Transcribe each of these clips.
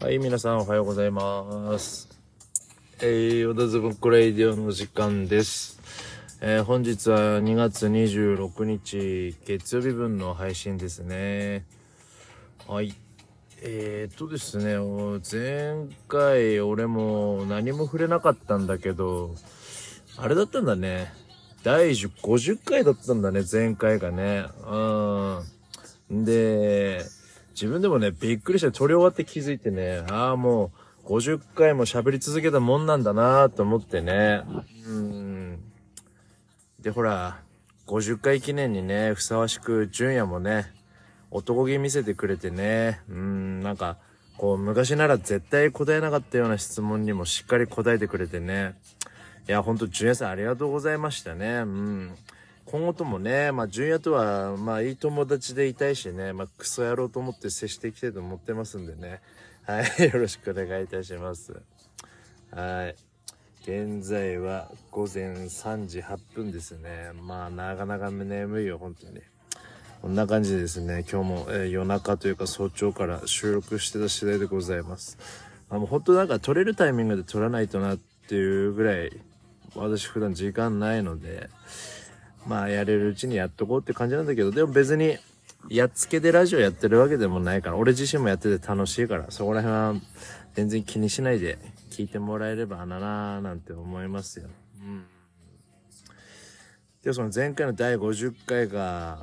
はい、皆さんおはようございます。小田ズブンコレイディオの時間です。本日は2月26日月曜日分の配信ですね。はい。ですね、前回俺も何も触れなかったんだけど、あれだったんだね。第50回だったんだね、前回がね。で、自分でもね、びっくりして撮り終わって気づいてね、もう50回も喋り続けたもんなんだなと思ってね。で、ほら、50回記念にね、ふさわしく、純也もね、男気見せてくれてね、なんか、こう、昔なら絶対答えなかったような質問にもしっかり答えてくれてね。いや、ほんと、純也さんありがとうございましたね。今後ともね、純也とは、いい友達でいたいしね、クソ野郎と思って接していきたいと思ってますんでね。はい、よろしくお願いいたします。はい。現在は午前3時8分ですね。なかなか眠いよ、本当に。こんな感じでですね、今日も、夜中というか早朝から収録してた次第でございます。もう本当なんか撮れるタイミングで撮らないとなっていうぐらい、私普段時間ないので、やれるうちにやっとこうって感じなんだけど、でも別に、やっつけでラジオやってるわけでもないから、俺自身もやってて楽しいから、そこら辺は全然気にしないで聞いてもらえればなーなんて思いますよ。で、その前回の第50回が、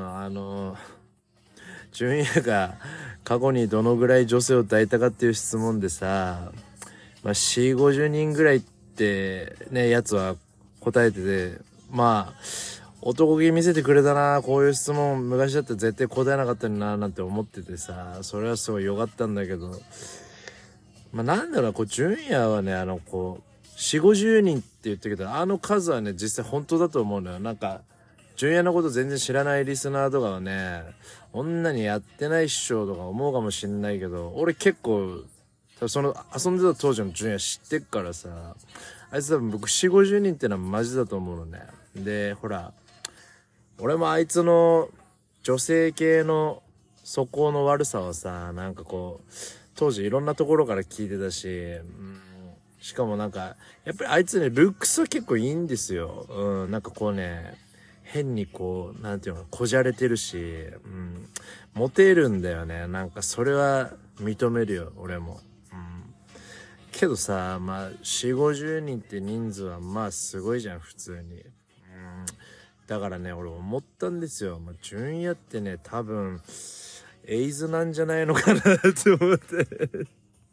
純也が過去にどのぐらい女性を抱いたかっていう質問でさ、4、50人ぐらいってね、やつは答えてて、男気見せてくれたな、こういう質問昔だったら絶対答えなかったのにななんて思っててさ、それはすごい良かったんだけど、なんだろう、純也はね、4、50人って言ったけど、あの数はね、実際本当だと思うのよ。なんか、純也のこと全然知らないリスナーとかはね、女にやってないっしょとか思うかもしんないけど、俺結構、その遊んでた当時の純也知ってっからさ、あいつ多分僕4、50人ってのはマジだと思うのね。で、ほら、俺もあいつの女性系の素行の悪さはさ、なんか当時いろんなところから聞いてたし、しかもなんか、やっぱりあいつね、ルックスは結構いいんですよ。なんか変になんていうの、こじゃれてるし、モテるんだよね。なんかそれは認めるよ、俺も。けどさ、4、50人って人数はすごいじゃん、普通に。だからね、俺思ったんですよ。純也ってね、多分、エイズなんじゃないのかなって思って。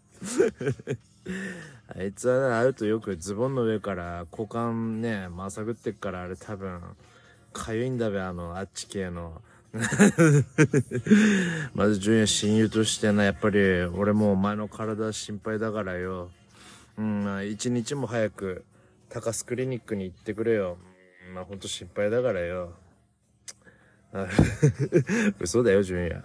あいつはね、会うとよくズボンの上から股間ね、まさぐってっから、あれ多分、かゆいんだべ、あっち系の。まず純也親友としてね、やっぱり俺もお前の体心配だからよ。一日も早く高須クリニックに行ってくれよ。ほんと心配だからよ。嘘だよ、純也。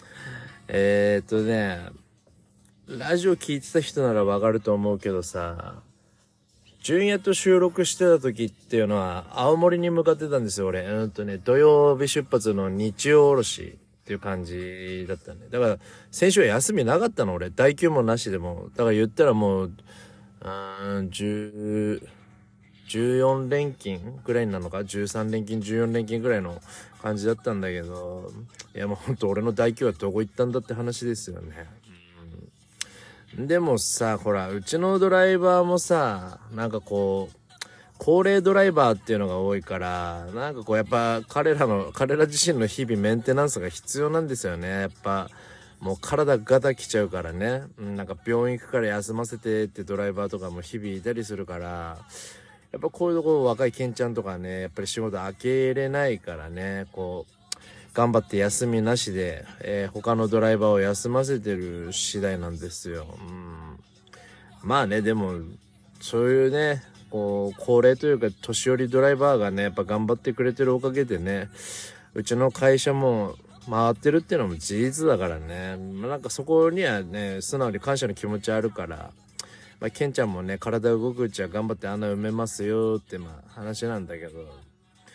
ラジオ聞いてた人ならわかると思うけどさ、純也と収録してた時っていうのは、青森に向かってたんですよ、俺。土曜日出発の日曜おろしっていう感じだったね。だから、先週は休みなかったの、俺。代休もなしでも。だから言ったらもう、14連勤ぐらいなのか ?13 連勤、14連勤ぐらいの感じだったんだけど、いやもうほんと俺の代休はどこ行ったんだって話ですよね。でもさ、ほら、うちのドライバーもさ、なんか高齢ドライバーっていうのが多いから、なんかやっぱ彼ら自身の日々メンテナンスが必要なんですよね。やっぱ、もう体ガタきちゃうからね。なんか病院行くから休ませてってドライバーとかも日々いたりするから、やっぱこういうとこ若いケンちゃんとかね、やっぱり仕事開けれないからね、頑張って休みなしで、他のドライバーを休ませてる次第なんですよ。でも、そういうね、高齢というか年寄りドライバーがね、やっぱ頑張ってくれてるおかげでね、うちの会社も回ってるっていうのも事実だからね。なんかそこにはね、素直に感謝の気持ちあるから、ケンちゃんもね、体動くうちは頑張って穴埋めますよって話なんだけど、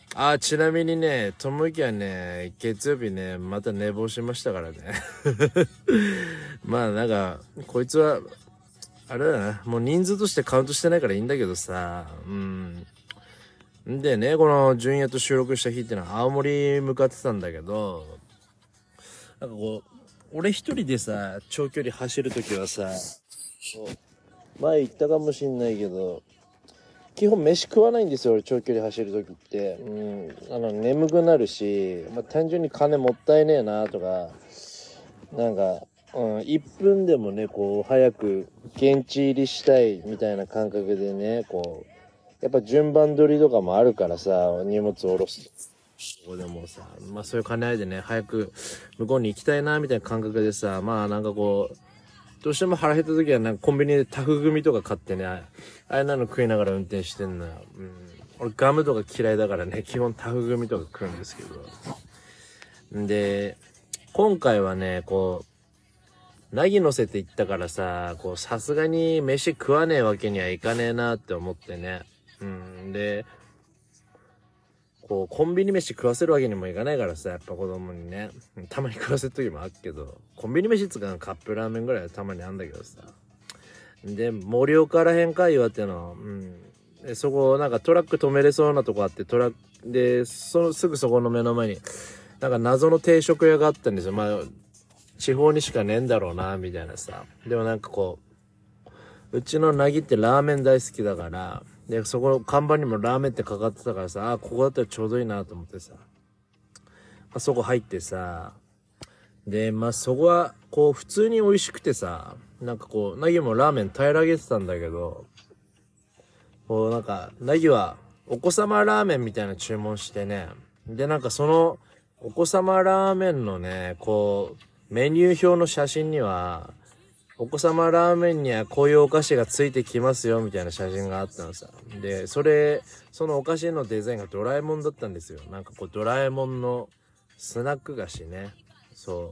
ちなみにね、ともゆきはね、月曜日ね、また寝坊しましたからね。まあなんか、こいつは、あれだな、もう人数としてカウントしてないからいいんだけどさ、んでね、この純也と収録した日ってのは青森向かってたんだけど、なんかこう、俺一人でさ、長距離走るときはさ、前言ったかもしんないけど、基本飯食わないんですよ、俺長距離走るときって。眠くなるし、単純に金もったいねえなとか、なんか、1分でもね、こう、早く現地入りしたいみたいな感覚でね、こう、やっぱ順番取りとかもあるからさ、荷物下ろす。ここでもさ、そういう兼ね合いでね、早く向こうに行きたいな、みたいな感覚でさ、なんかこう、どうしても腹減った時はなんかコンビニでタフ組とか買ってね、あれなの食いながら運転してんのよ。俺ガムとか嫌いだからね、基本タフ組とか食うんですけど。で、今回はね、こう、ナギ乗せて行ったからさ、こう、さすがに飯食わねえわけにはいかねえなって思ってね。で、こう、コンビニ飯食わせるわけにもいかないからさ、やっぱ子供にね。たまに食わせる時もあるけど、コンビニ飯つかカップラーメンぐらいはたまにあんだけどさ。で、盛岡らへんか岩手の、でそこ、なんかトラック止めれそうなとこあって、で、すぐそこの目の前に、なんか謎の定食屋があったんですよ。地方にしかねえんだろうな、みたいなさ。でもなんかこうちのなぎってラーメン大好きだから、で、そこの看板にもラーメンってかかってたからさ、ここだったらちょうどいいなと思ってさ。そこ入ってさ、で、そこは、こう、普通に美味しくてさ、なんかこう、なぎもラーメン平らげてたんだけど、こう、なんか、なぎは、お子様ラーメンみたいな注文してね、で、なんかその、お子様ラーメンのね、こう、メニュー表の写真には、お子様ラーメンにはこういうお菓子がついてきますよみたいな写真があったのさ。で、そのお菓子のデザインがドラえもんだったんですよ。なんかこうドラえもんのスナック菓子ね。そう。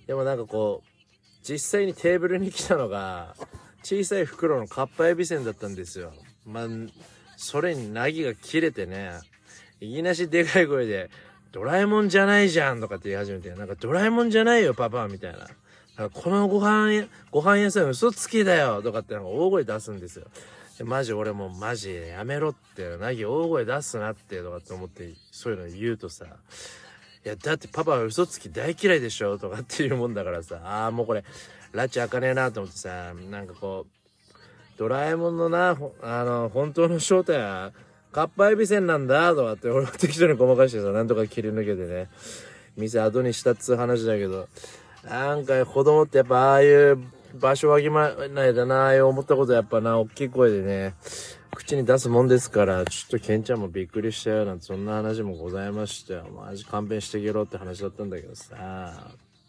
でもなんかこう、実際にテーブルに来たのが小さい袋のかっぱえびせんだったんですよ。それになぎが切れてね、いきなしでかい声で、ドラえもんじゃないじゃんとかって言い始めて、なんかドラえもんじゃないよパパみたいな。このご飯屋さん嘘つきだよとかってなんか大声出すんですよ。で俺もマジやめろって、なぎ大声出すなってとかって思ってそういうの言うとさ、いやだってパパは嘘つき大嫌いでしょとかっていうもんだからさ、もうこれ拉致開かねえなと思ってさ、なんかこうドラえもんのな、本当の正体はかっぱえびせんなんだとかって俺は適当にごまかしてさ、なんとか切り抜けてね、店後にしたっつう話だけど、なんか子供ってやっぱああいう場所わきまえないだな、思ったことやっぱな、大きい声でね、口に出すもんですから、ちょっとケンちゃんもびっくりしたよなんて、そんな話もございましたよ。マジ勘弁してけろって話だったんだけどさ。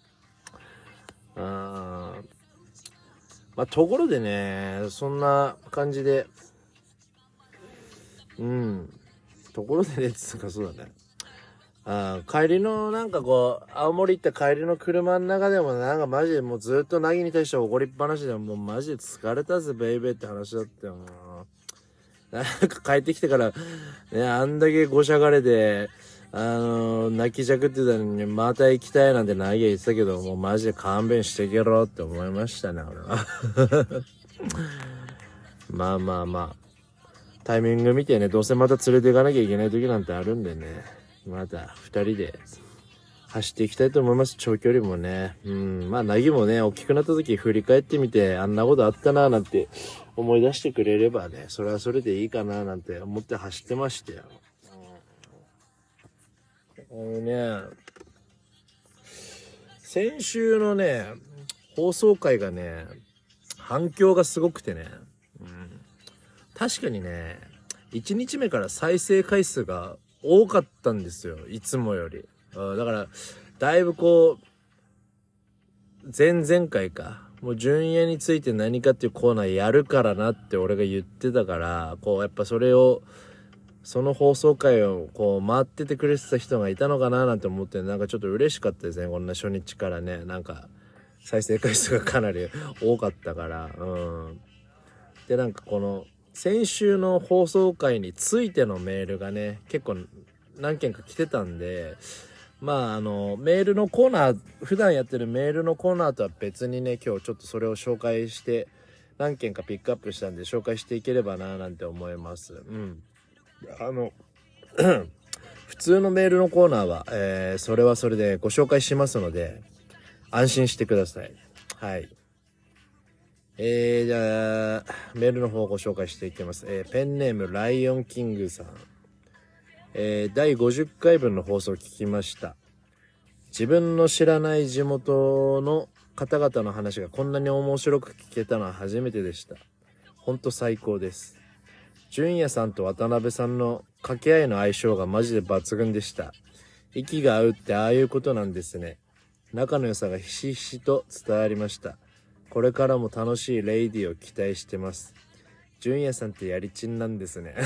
ところでね、そんな感じで、ところでね、つうかそうだね。帰りのなんかこう、青森行った帰りの車の中でもなんかマジでもうずっとナギに対して怒りっぱなしでもうマジで疲れたぜベイベーって話だったよな。なんか帰ってきてからね、あんだけごしゃがれで、泣きじゃくってたのにまた行きたいなんてナギは言ってたけど、もうマジで勘弁してけろって思いましたね、俺は。タイミング見てね、どうせまた連れて行かなきゃいけない時なんてあるんでね、また二人で走っていきたいと思います。長距離もね。なぎもね、大きくなった時振り返ってみて、あんなことあったななんて思い出してくれればね、それはそれでいいかななんて思って走ってましたよ。先週のね、放送回がね、反響がすごくてね、確かにね、1日目から再生回数が多かったんですよ。いつもより。だから、だいぶこう、前々回か。もう純也について何かっていうコーナーやるからなって俺が言ってたから、こうやっぱその放送回をこう回っててくれてた人がいたのかななんて思って、なんかちょっと嬉しかったですね。こんな初日からね、なんか再生回数がかなり多かったから。で、なんかこの、 先週の放送回についてのメールがね結構何件か来てたんで、メールのコーナー、普段やってるメールのコーナーとは別にね、今日ちょっとそれを紹介して何件かピックアップしたんで紹介していければななんて思います。普通のメールのコーナーは、それはそれでご紹介しますので安心してください。はい。じゃあメールの方をご紹介していきます。ペンネームライオンキングさん。第50回分の放送を聞きました。自分の知らない地元の方々の話がこんなに面白く聞けたのは初めてでした。ほんと最高です。純也さんと渡辺さんの掛け合いの相性がマジで抜群でした。息が合うってああいうことなんですね。仲の良さがひしひしと伝わりました。これからも楽しいレイディを期待してます。純也さんってやりちんなんですね。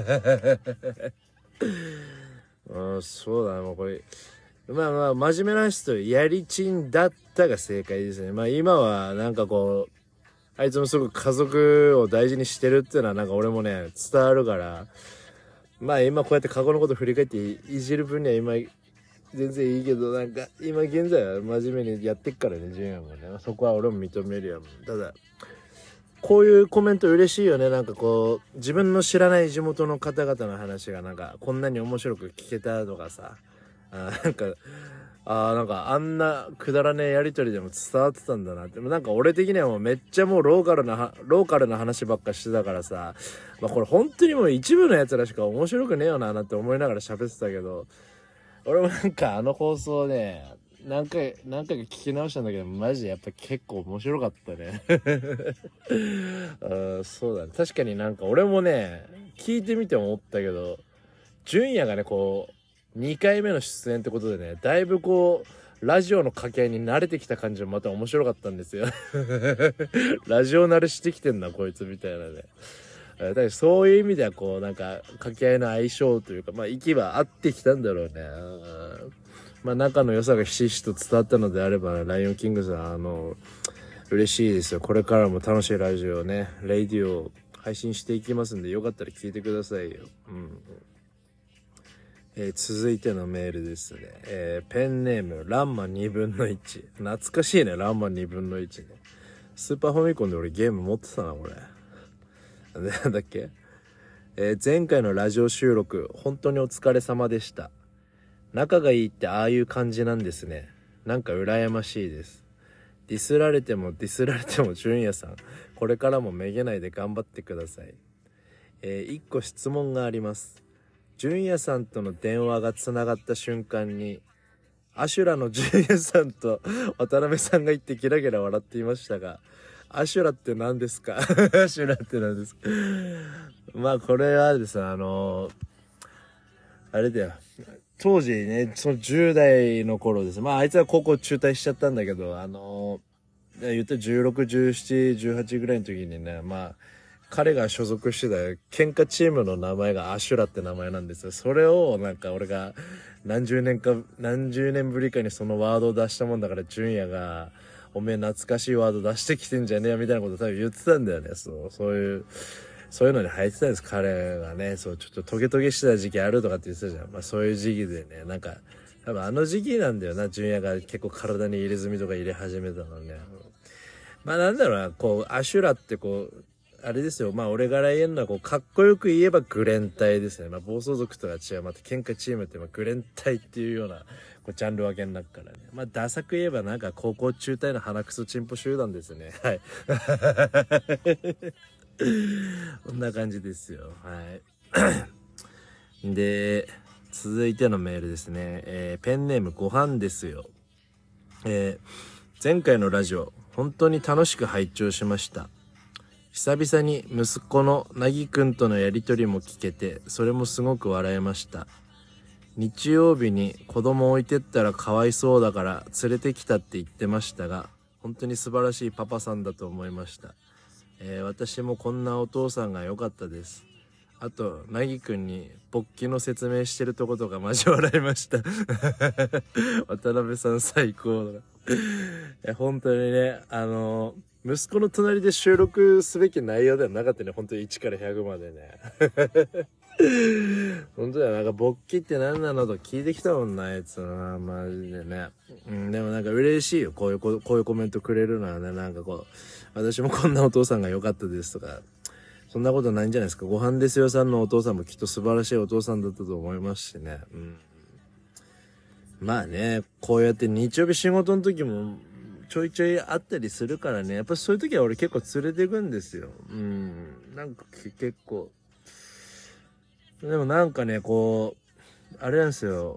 そうだな、もうこれ真面目な話とやりちんだったが正解ですね。今はなんかこうあいつもすごく家族を大事にしてるっていうのはなんか俺もね伝わるから、今こうやって過去のこと振り返っていじる分には今全然いいけど、なんか今現在は真面目にやってっからね、ジュンヤもね、そこは俺も認めるよ。ただこういうコメント嬉しいよね。なんかこう自分の知らない地元の方々の話がなんかこんなに面白く聞けたとかさ、なんかあんなくだらねえやりとりでも伝わってたんだなって。なんか俺的にはもうめっちゃもうローカルな話ばっかしてたからさ、これ本当にもう一部のやつらしか面白くねえよなって思いながら喋ってたけど、俺もなんかあの放送ね何回か聞き直したんだけど、マジでやっぱ結構面白かったね。そうだね。確かになんか俺もね聞いてみて思ったけど、純也がねこう2回目の出演ってことでね、だいぶこうラジオの掛け合いに慣れてきた感じもまた面白かったんですよ。ラジオ慣れしてきてんなこいつみたいなね。だからそういう意味ではこうなんか掛け合いの相性というか、息は合ってきたんだろうね。仲の良さがひしひしと伝わったのであれば、ライオンキングさん嬉しいですよ。これからも楽しいラジオね、レイディオ配信していきますんで、よかったら聞いてくださいよ。続いてのメールですね。ペンネームランマ2分の1。懐かしいね、ランマ2分の1ね。スーパーファミコンで俺ゲーム持ってたなこれ。なんだっけ。前回のラジオ収録本当にお疲れ様でした。仲がいいってああいう感じなんですね。なんか羨ましいです。ディスられても純也さん、これからもめげないで頑張ってください。1個質問があります。純也さんとの電話がつながった瞬間にアシュラの純也さんと渡辺さんが言ってギラギラ笑っていましたが、アシュラって何ですか？アシュラって何ですか？これはですね、あれだよ、当時ね、その10代の頃です。あいつは高校中退しちゃったんだけど、言ったら16、17、18ぐらいの時にね、彼が所属してた喧嘩チームの名前がアシュラって名前なんですよ。それをなんか俺が何十年ぶりかにそのワードを出したもんだから、純也がおめえ懐かしいワード出してきてんじゃねえよみたいなこと多分言ってたんだよね。そういうのに入ってたんです。彼がね、ちょっとトゲトゲしてた時期あるとかって言ってたじゃん。そういう時期でね、なんか多分あの時期なんだよな、純也が結構体に入れ墨とか入れ始めたのね。なんだろうな、こうアシュラってこうあれですよ。俺から言えるのはこうかっこよく言えばグレン隊ですね。暴走族とは違う、また喧嘩チームってグレン隊っていうようなこうジャンル分けになるからね。ダサく言えばなんか高校中退の鼻くそチンポ集団ですね。はい。こんな感じですよ。はい。で、続いてのメールですね。ペンネームご飯ですよ。前回のラジオ本当に楽しく拝聴しました。久々に息子のなぎくんとのやりとりも聞けて、それもすごく笑えました。日曜日に子供置いてったらかわいそうだから連れてきたって言ってましたが、本当に素晴らしいパパさんだと思いました。私もこんなお父さんが良かったです。あとなぎくんに勃起の説明してるとことかマジ笑いました。渡辺さん最高だ。本当にね、 息子の隣で収録すべき内容ではなかったね。本当に1から100までね。本当だよ。なんか勃起って何なのと聞いてきたもんな、あいつな。マジでね。でもなんか嬉しいよ。こういうコメントくれるのはね。なんかこう、私もこんなお父さんが良かったですとか、そんなことないんじゃないですか。ご飯ですよさんのお父さんもきっと素晴らしいお父さんだったと思いますしね。まあね、こうやって日曜日仕事の時もちょいちょいあったりするからね。やっぱそういう時は俺結構連れていくんですよ。なんか結構。でもなんかね、こう、あれなんですよ。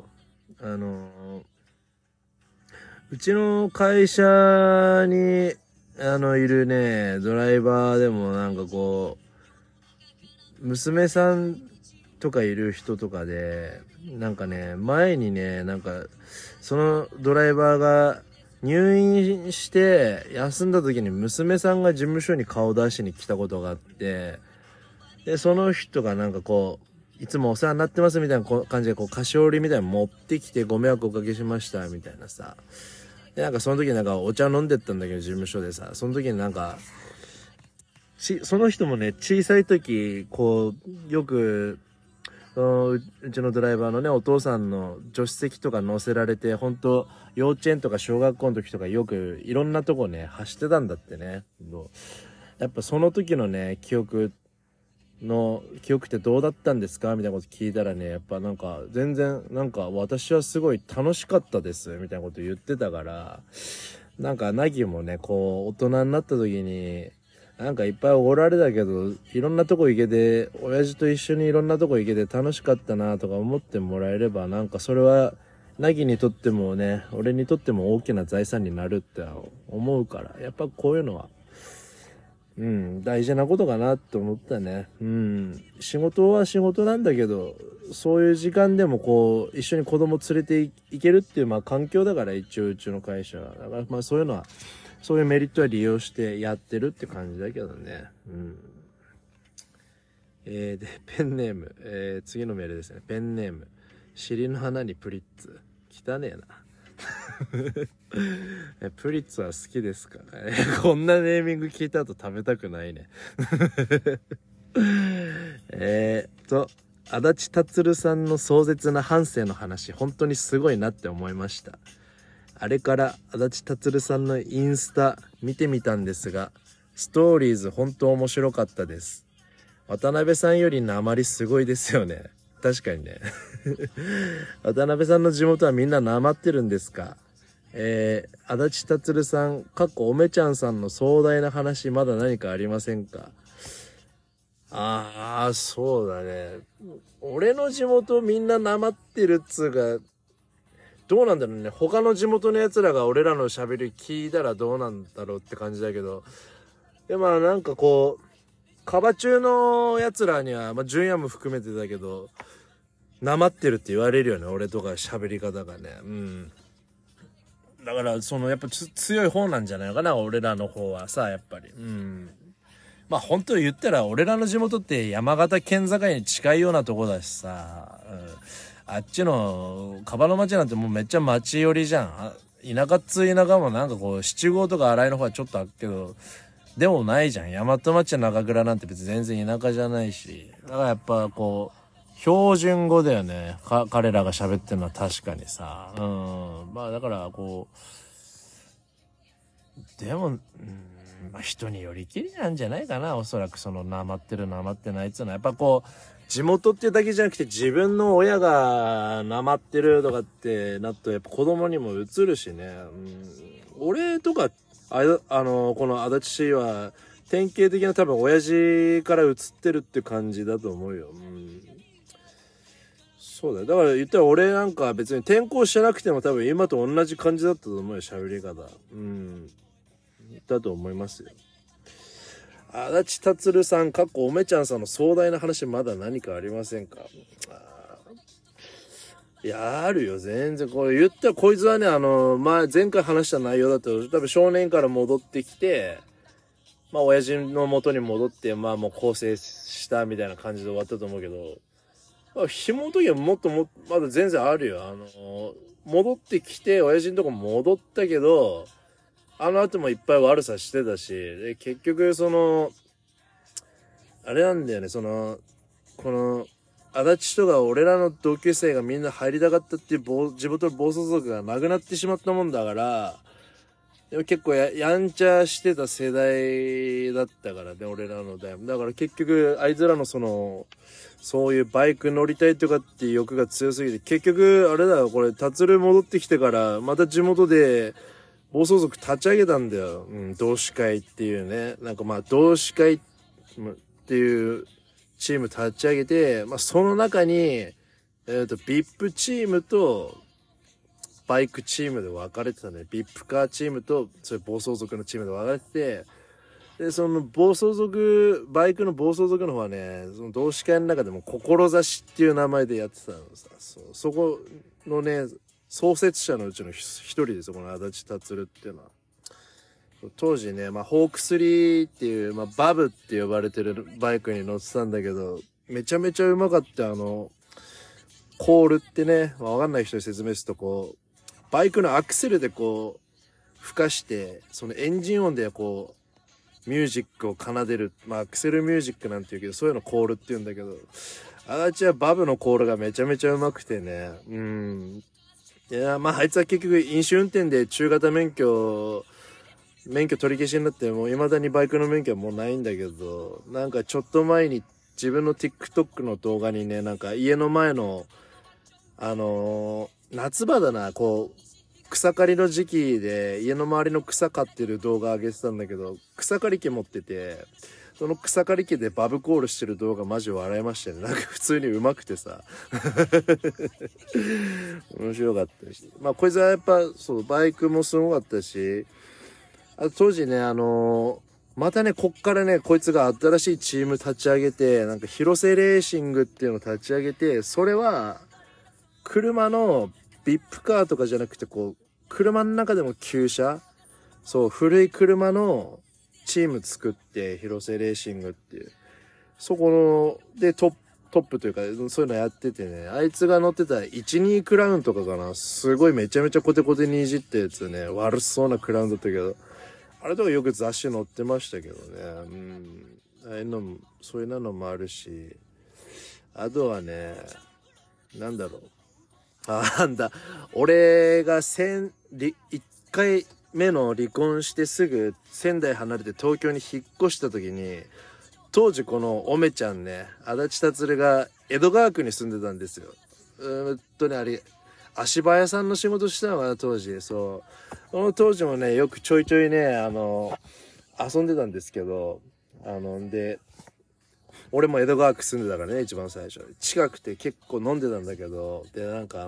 うちの会社に、いるね、ドライバーでもなんかこう、娘さんとかいる人とかで、なんかね、前にね、なんか、そのドライバーが入院して休んだ時に娘さんが事務所に顔出しに来たことがあって、で、その人がなんかこう、いつもお世話になってますみたいな感じでこう菓子折りみたいなの持ってきてご迷惑おかけしましたみたいなさ。で、なんかその時なんかお茶飲んでったんだけど事務所でさ、その時になんか、その人もね、小さい時、こう、よく、うちのドライバーのね、お父さんの助手席とか乗せられて、本当幼稚園とか小学校の時とかよくいろんなとこね、走ってたんだってね。やっぱその時のね、記憶ってどうだったんですかみたいなこと聞いたらね、やっぱなんか全然なんか私はすごい楽しかったですみたいなこと言ってたから、なんかナギもね、こう大人になった時になんかいっぱいおごられたけどいろんなとこ行けて、親父と一緒にいろんなとこ行けて楽しかったなとか思ってもらえれば、なんかそれはナギにとってもね、俺にとっても大きな財産になるって思うから、やっぱこういうのは大事なことかなって思ったね。仕事は仕事なんだけど、そういう時間でもこう、一緒に子供連れて行けるっていう、まあ環境だから一応うちの会社は。だからまあそういうのは、そういうメリットは利用してやってるって感じだけどね。で、ペンネーム、次のメールですね。ペンネーム、尻の花にプリッツ。汚ねえな。プリッツは好きですか？こんなネーミング聞いた後食べたくないね。足立達さんの壮絶な半生の話、本当にすごいなって思いました。あれから足立達さんのインスタ見てみたんですが、ストーリーズ本当面白かったです。渡辺さんよりなまりすごいですよね。確かにね。渡辺さんの地元はみんななまってるんですか？足立達さん、おめちゃんさんの壮大な話、まだ何かありませんか？そうだね。俺の地元みんななまってるっつうか、どうなんだろうね。他の地元のやつらが俺らの喋り聞いたらどうなんだろうって感じだけど、でまあなんかこう、カバ中のやつらには、まあ純也も含めてだけど、なまってるって言われるよね。俺とか喋り方がね。だからそのやっぱ強い方なんじゃないのかな、俺らの方はさ、やっぱり。まあ本当言ったら俺らの地元って山形県境に近いようなとこだしさ、あっちの樺の町なんてもうめっちゃ町寄りじゃん。田舎っつ田舎もなんかこう七郷とか新井の方はちょっとあるけど、でもないじゃん。大和町中倉なんて別に全然田舎じゃないし、だからやっぱこう標準語だよね。彼らが喋ってるのは確かにさ、まあだからこうでも、まあ人によりきりなんじゃないかな。おそらくそのなまってるなまってないっていうのはやっぱこう地元っていうだけじゃなくて自分の親がなまってるとかってなっとやっぱ子供にも映るしね。俺とかこの足立市は典型的な多分親父から映ってるって感じだと思うよ。そうだよ。だから言ったら俺なんか別に転校してなくても多分今と同じ感じだったと思うよ、喋り方。だと思いますよ。足立達さん、おめちゃんさんの壮大な話まだ何かありませんか？いや、あるよ、全然。これ言ったらこいつはね、前回話した内容だと多分少年から戻ってきて、まあ親父の元に戻って、まあもう更生したみたいな感じで終わったと思うけど、紐の時はもっとまだ全然あるよ。戻ってきて、親父のとこ戻ったけど、 あの後もいっぱい悪さしてたし、で、結局あれなんだよね、この、足立とか俺らの同級生がみんな入りたかったっていう地元の暴走族がなくなってしまったもんだから、でも結構やんちゃしてた世代だったからね、俺らの代も。だから結局、あいつらのそういうバイク乗りたいとかっていう欲が強すぎて、結局、あれだよ、これ、達郎戻ってきてから、また地元で、暴走族立ち上げたんだよ。うん、同志会っていうね。なんかまあ、同志会っていうチーム立ち上げて、まあ、その中に、VIP チームと、バイクチームで分かれてたね。VIP カーチームと、そういう暴走族のチームで分かれてて、で、その暴走族、バイクの暴走族の方はね、その同志会の中でも、志っていう名前でやってたのさ、そこのね、創設者のうちの一人ですよ、この足立達っていうのは。当時ね、まあ、ホーク3っていう、まあ、バブって呼ばれてるバイクに乗ってたんだけど、めちゃめちゃうまかった。コールってね、まあ、わかんない人に説明すると、こう、バイクのアクセルでこう、吹かして、そのエンジン音でこう、ミュージックを奏でる、まあ、アクセルミュージックなんて言うけど、そういうのコールって言うんだけど、足立はバブのコールがめちゃめちゃうまくてね、うん。いや、まあ、あいつは結局飲酒運転で中型免許取り消しになって、もう未だにバイクの免許はもうないんだけど、なんかちょっと前に自分の TikTok の動画にね、なんか家の前の、夏場だな、こう、草刈りの時期で家の周りの草刈ってる動画上げてたんだけど、草刈り機持ってて、その草刈り機でバブコールしてる動画マジ笑いましたね。なんか普通に上手くてさ。面白かったし。まあこいつはやっぱそう、バイクもすごかったし、あと当時ね、またね、こっからね、こいつが新しいチーム立ち上げて、なんか広瀬レーシングっていうのを立ち上げて、それは、車のビップカーとかじゃなくて、こう、車の中でも旧車、そう、古い車のチーム作って、広瀬レーシングっていう。そこの、で、トップというか、そういうのやっててね、あいつが乗ってた12クラウンとかかな、すごいめちゃめちゃコテコテにいじったやつね、悪そうなクラウンだったけど、あれとかよく雑誌載ってましたけどね。うん。ああいうのも、そういうのもあるし。あとはね、なんだろう。なんだ。俺が1回目の離婚してすぐ仙台離れて東京に引っ越した時に、当時このおめちゃんね、足立達が江戸川区に住んでたんですよ。あれ、足場屋さんの仕事してたのかな、当時。そう。この当時もね、よくちょいちょいね、遊んでたんですけど、で、俺も江戸川区住んでたからね、一番最初。近くて結構飲んでたんだけど、で、なんか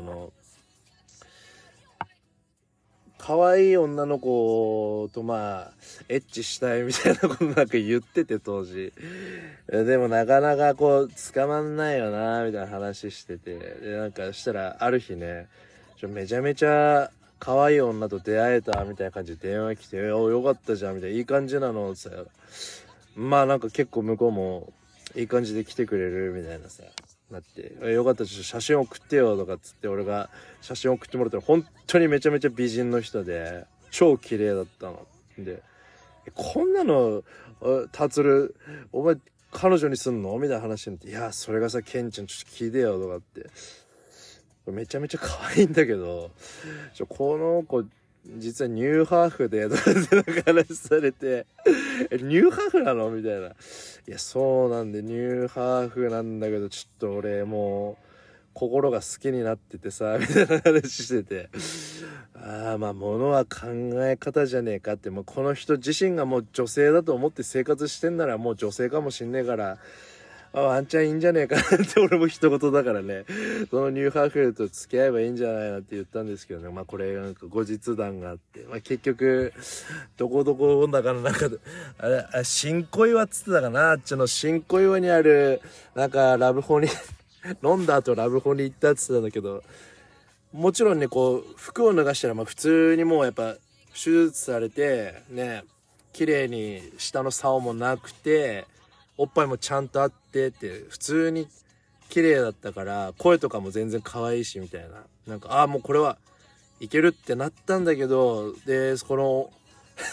可愛い女の子とまあ、エッチしたいみたいなことなんか言ってて当時。でもなかなかこう、捕まんないよな、みたいな話してて。で、なんかしたら、ある日ね、めちゃめちゃ可愛い女と出会えた、みたいな感じで電話来て、お、よかったじゃん、みたいな、いい感じなの、ってさ。まあなんか結構向こうも、いい感じで来てくれる、みたいなさ。なって、よかったら写真送ってよとかっつって俺が写真送ってもらったら本当にめちゃめちゃ美人の人で超綺麗だったので、こんなの達るお前彼女にすんのみたいな話になって、いやそれがさケンちゃんちょっと聞いてよとかって、めちゃめちゃ可愛いんだけど、この子実はニューハーフでとかってなんか話されてニューハーフなのみたいな。いやそうなんでニューハーフなんだけどちょっと俺もう心が好きになっててさみたいな話してて、ああまあ物は考え方じゃねえかって、もうこの人自身がもう女性だと思って生活してんならもう女性かもしんねえから、ワンチャンいいんじゃねえかなって俺も一言だからね、そのニューハーフと付き合えばいいんじゃないなって言ったんですけどね、まあこれなんか後日談があって、まあ結局どこどこだからなんか新小岩っつってたかな、あっちの新小岩にあるなんかラブホに飲んだ後ラブホに行ったっつってたんだけど、もちろんねこう服を脱がしたらまあ普通にもうやっぱ手術されてね、綺麗に下の竿もなくておっぱいもちゃんとあってって普通に綺麗だったから、声とかも全然可愛いしみたいな、なんかもうこれはいけるってなったんだけど、でこの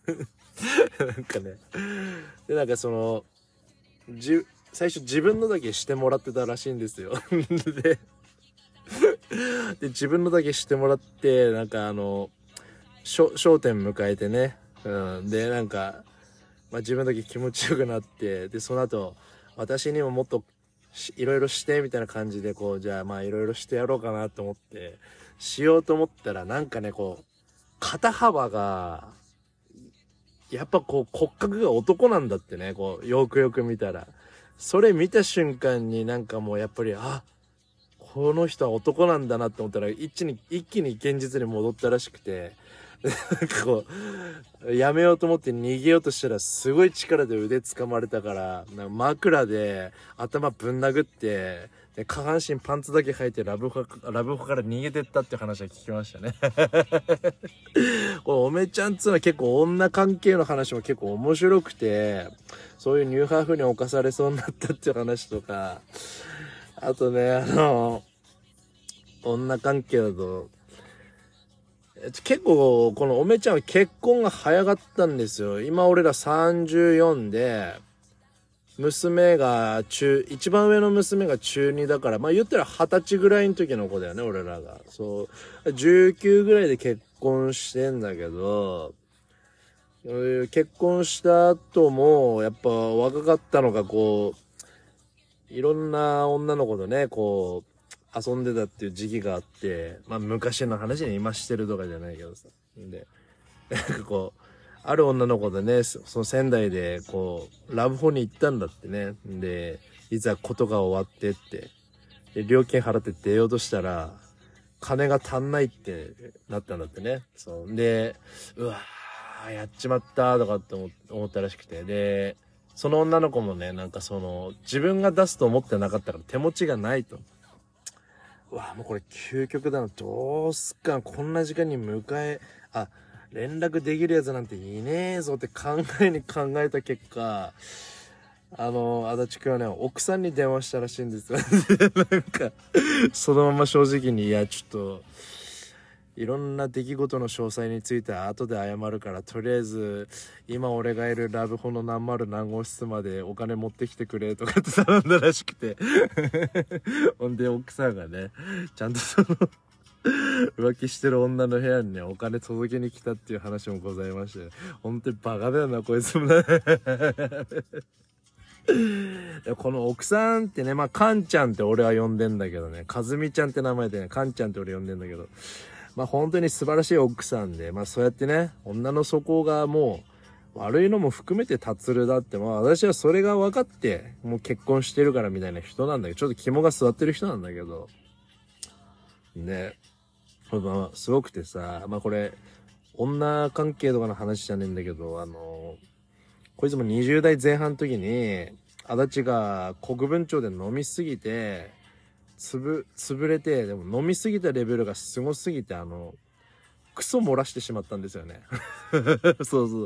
なんかね、でなんかその最初自分のだけしてもらってたらしいんですよ。で自分のだけしてもらって、なんか焦点迎えてね、でなんか、自分だけ気持ちよくなって、でその後私にももっといろいろしてみたいな感じで、こうじゃあいろいろしてやろうかなと思ってしようと思ったら、なんかね、こう肩幅がやっぱこう骨格が男なんだってね、こうよくよく見たら、それ見た瞬間になんかもうやっぱり、この人は男なんだなって思ったら、一気に現実に戻ったらしくて、なんかこうやめようと思って逃げようとしたら、すごい力で腕掴まれたから、なんか枕で頭ぶん殴って、で下半身パンツだけ履いてラブホから逃げてったって話は聞きましたね。これおめちゃんっつうのは結構女関係の話も結構面白くて、そういうニューハーフに侵されそうになったっていう話とか、あとね、女関係だと、結構このおめちゃんは結婚が早かったんですよ。今俺ら34で、娘が一番上の娘が中2だから、言ったら20歳ぐらいの時の子だよね、俺らが。そう。19ぐらいで結婚してんだけど、結婚した後も、やっぱ若かったのが、こう、いろんな女の子とね、こう、遊んでたっていう時期があって、昔の話に今してるとかじゃないけどさ。で、なんかこう、ある女の子でね、その仙台でこうラブホに行ったんだってね。でいざことが終わってって、で料金払って出ようとしたら金が足んないってなったんだってね。そうで、うわーやっちまったとかって思ったらしくて、でその女の子もね、なんかその自分が出すと思ってなかったから手持ちがないと。うわもうこれ究極だな、どうすっか、こんな時間に連絡できるやつなんていねえぞって考えた結果、足立くんはね、奥さんに電話したらしいんですよ。なんか、そのまま正直に、いや、ちょっと、いろんな出来事の詳細については後で謝るから、とりあえず、今俺がいるラブホの何丸何号室までお金持ってきてくれとかって頼んだらしくて。ほんで、奥さんがね、ちゃんと浮気してる女の部屋にね、お金届けに来たっていう話もございまして、本当にバカだよなこいつもな。この奥さんってね、カンちゃんって俺は呼んでんだけどね、かずみちゃんって名前でね、カンちゃんって俺呼んでんだけど、本当に素晴らしい奥さんで、そうやってね、女の底がもう悪いのも含めて達るだって、私はそれが分かってもう結婚してるからみたいな人なんだけど、ちょっと肝が据わってる人なんだけどね。すごくてさ、これ女関係とかの話じゃねえんだけど、こいつも20代前半の時に足立が国分町で飲みすぎて潰れて、でも飲みすぎたレベルがすごすぎてクソ漏らしてしまったんですよね。そうそう、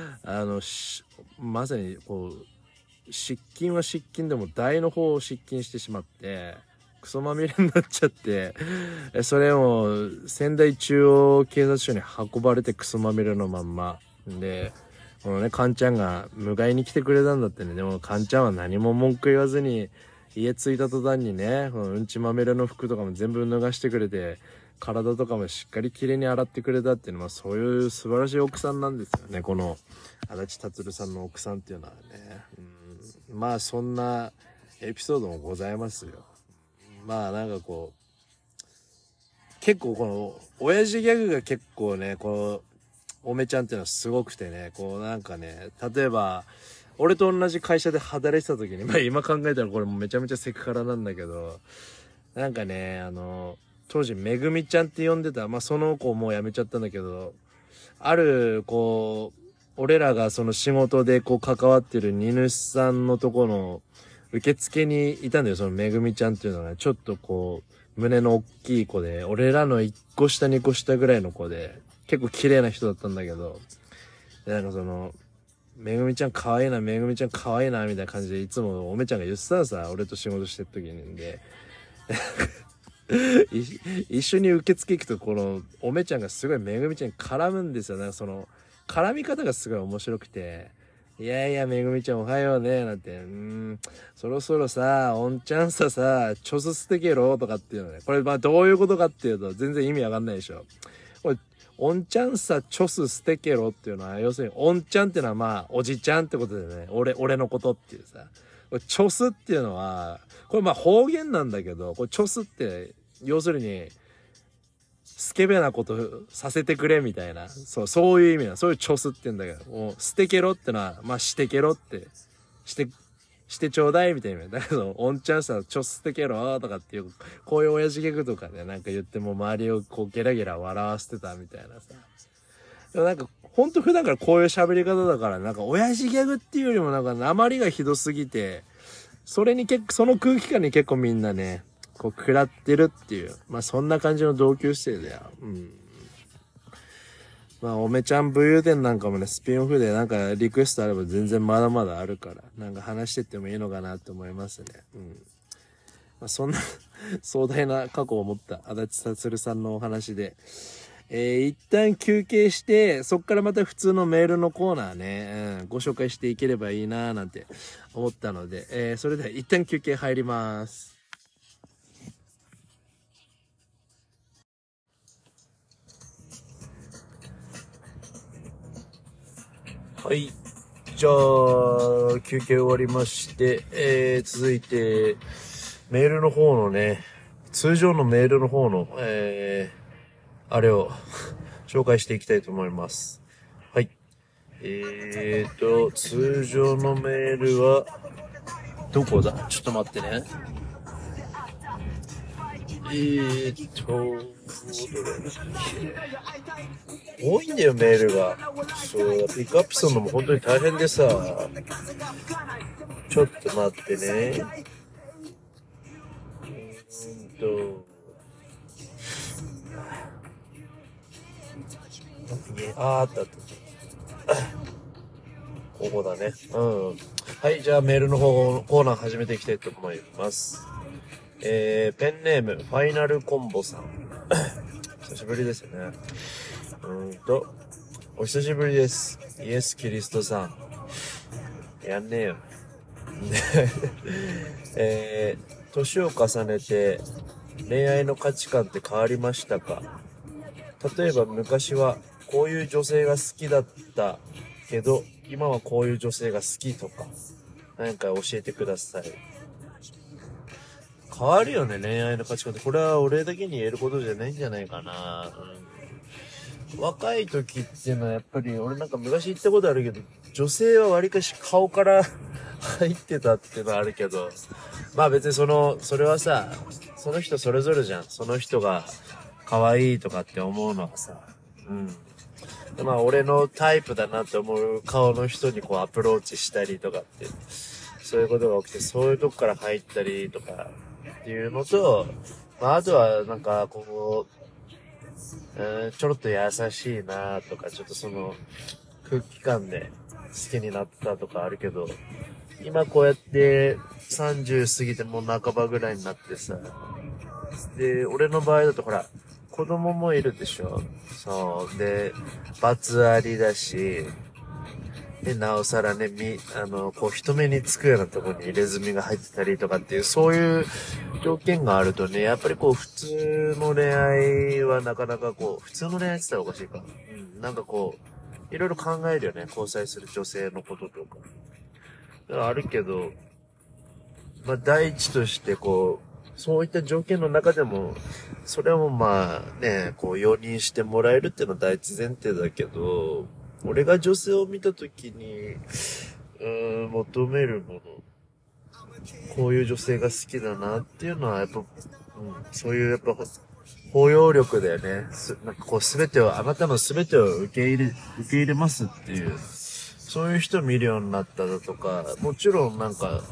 まさにこう失禁は失禁でも大の方を失禁してしまってクソまみれになっちゃって、それを仙台中央警察署に運ばれてクソまみれのまんまで、このねカンちゃんが迎えに来てくれたんだってね。でもカンちゃんは何も文句言わずに家着いた途端にね、このうんちまみれの服とかも全部脱がしてくれて、体とかもしっかりきれいに洗ってくれたっていうのは、そういう素晴らしい奥さんなんですよね、この足立達さんの奥さんっていうのはね。そんなエピソードもございますよ。なんかこう結構この親父ギャグが結構ね、こうおめちゃんっていうのはすごくてね、こうなんかね、例えば俺と同じ会社で働いてた時に、今考えたらこれもめちゃめちゃセクハラなんだけど、なんかね、当時めぐみちゃんって呼んでた、その子もう辞めちゃったんだけど、あるこう俺らがその仕事でこう関わってる荷主さんのとこの受付にいたんだよ、そのめぐみちゃんっていうのが。ちょっとこう胸の大きい子で、俺らの1個下2個下ぐらいの子で、結構綺麗な人だったんだけど、なんかそのめぐみちゃん可愛いな、めぐみちゃん可愛いなみたいな感じでいつもおめちゃんが言ってたのさ、俺と仕事してる時に。で一緒に受付行くと、このおめちゃんがすごいめぐみちゃんに絡むんですよね。その絡み方がすごい面白くて、いやいや、めぐみちゃんおはようね、なんて、そろそろさ、おんちゃんさ、ちょす捨てけろとかっていうのね。これ、まあ、どういうことかっていうと、全然意味わかんないでしょ。これ、おんちゃんさ、ちょす捨てけろっていうのは、要するに、おんちゃんっていうのはまあ、おじちゃんってことでね、俺のことっていうさ。これ、ちょすっていうのは、これまあ方言なんだけど、これ、ちょすって、要するに、スケベなことさせてくれみたいな、そういう意味な、そういうチョスって言うんだけど、もう、捨てけろってのは、まあ、してけろって、してちょうだいみたいな。だけど、おんちゃんさ、ちょ捨てけろとかっていう、こういう親父ギャグとかでなんか言っても周りをこうゲラゲラ笑わせてたみたいなさ。でもなんか、ほんと普段からこういう喋り方だから、なんか親父ギャグっていうよりもなんか訛りがひどすぎて、その空気感に結構みんなね、こう食らってるっていう、まあそんな感じの同級生だよ。まあおめちゃん武勇伝なんかもね、スピンオフでなんかリクエストあれば全然まだまだあるから、なんか話してってもいいのかなって思いますね。まあ、そんな壮大な過去を持った足立達さんのお話で、一旦休憩して、そっからまた普通のメールのコーナーね、ご紹介していければいいなーなんて思ったので、それでは一旦休憩入ります。はい。じゃあ、休憩終わりまして、続いて、メールの方のね、通常のメールの方の、あれを紹介していきたいと思います。はい。通常のメールは、どこだ？ちょっと待ってね。多いんだよ、メールが。そう、ピックアップするのも本当に大変でさ。ちょっと待ってね。あった。ここだね。はい、じゃあメールの方、コーナー始めていきたいと思います。ペンネーム、ファイナルコンボさん。久しぶりですよね。お久しぶりです。イエス・キリストさん。やんねえよ。年を重ねて恋愛の価値観って変わりましたか？例えば昔はこういう女性が好きだったけど、今はこういう女性が好きとか、何か教えてください。変わるよね、恋愛の価値観って。これは俺だけに言えることじゃないんじゃないかな。若い時っていうのはやっぱり、俺なんか昔言ったことあるけど、女性はわりかし顔から入ってたっていうのはあるけど、まあ別にそれはさ、その人それぞれじゃん。その人が可愛いとかって思うのはさ、まあ俺のタイプだなって思う顔の人にこうアプローチしたりとかって、そういうことが起きて、そういうとこから入ったりとかっていうのと、まああとはなんかこう、ちょろっと優しいなとか、ちょっとその空気感で好きになったとかあるけど、今こうやって30過ぎてもう半ばぐらいになってさ、で、俺の場合だとほら、子供もいるでしょ。そう。で、バツありだし、で、なおさらね、こう人目につくようなところに入れ墨が入ってたりとかっていう、そういう条件があるとね、やっぱりこう普通の恋愛はなかなかこう、普通の恋愛って言ったらおかしいか。なんかこう、いろいろ考えるよね、交際する女性のこととか。だからあるけど、まあ第一としてこう、そういった条件の中でも、それをまあね、こう容認してもらえるっていうのは第一前提だけど、俺が女性を見たときに、求めるもの、こういう女性が好きだなっていうのはやっぱ、そういうやっぱ、包容力だよね。なんかこう全てを、あなたの全てを受け入れますっていう、そういう人を見るようになっただとか、もちろんなんか、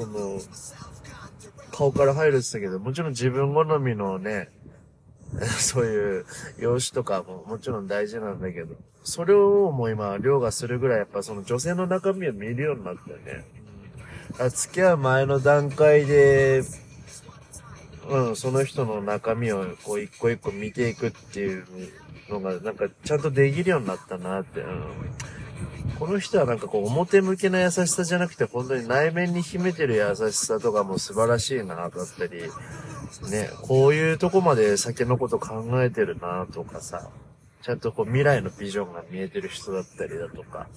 顔から入るって言ったけど、もちろん自分好みのね、そういう容姿とかももちろん大事なんだけど、それをもう今、凌駕するぐらいやっぱその女性の中身を見るようになったよね。付き合う前の段階で、 その人の中身をこう一個一個見ていくっていうのがなんかちゃんとできるようになったなって、この人はなんかこう表向きな優しさじゃなくて本当に内面に秘めてる優しさとかも素晴らしいなだったり、ね、こういうとこまで先のこと考えてるなとかさ、ちゃんとこう未来のビジョンが見えてる人だったりだとか、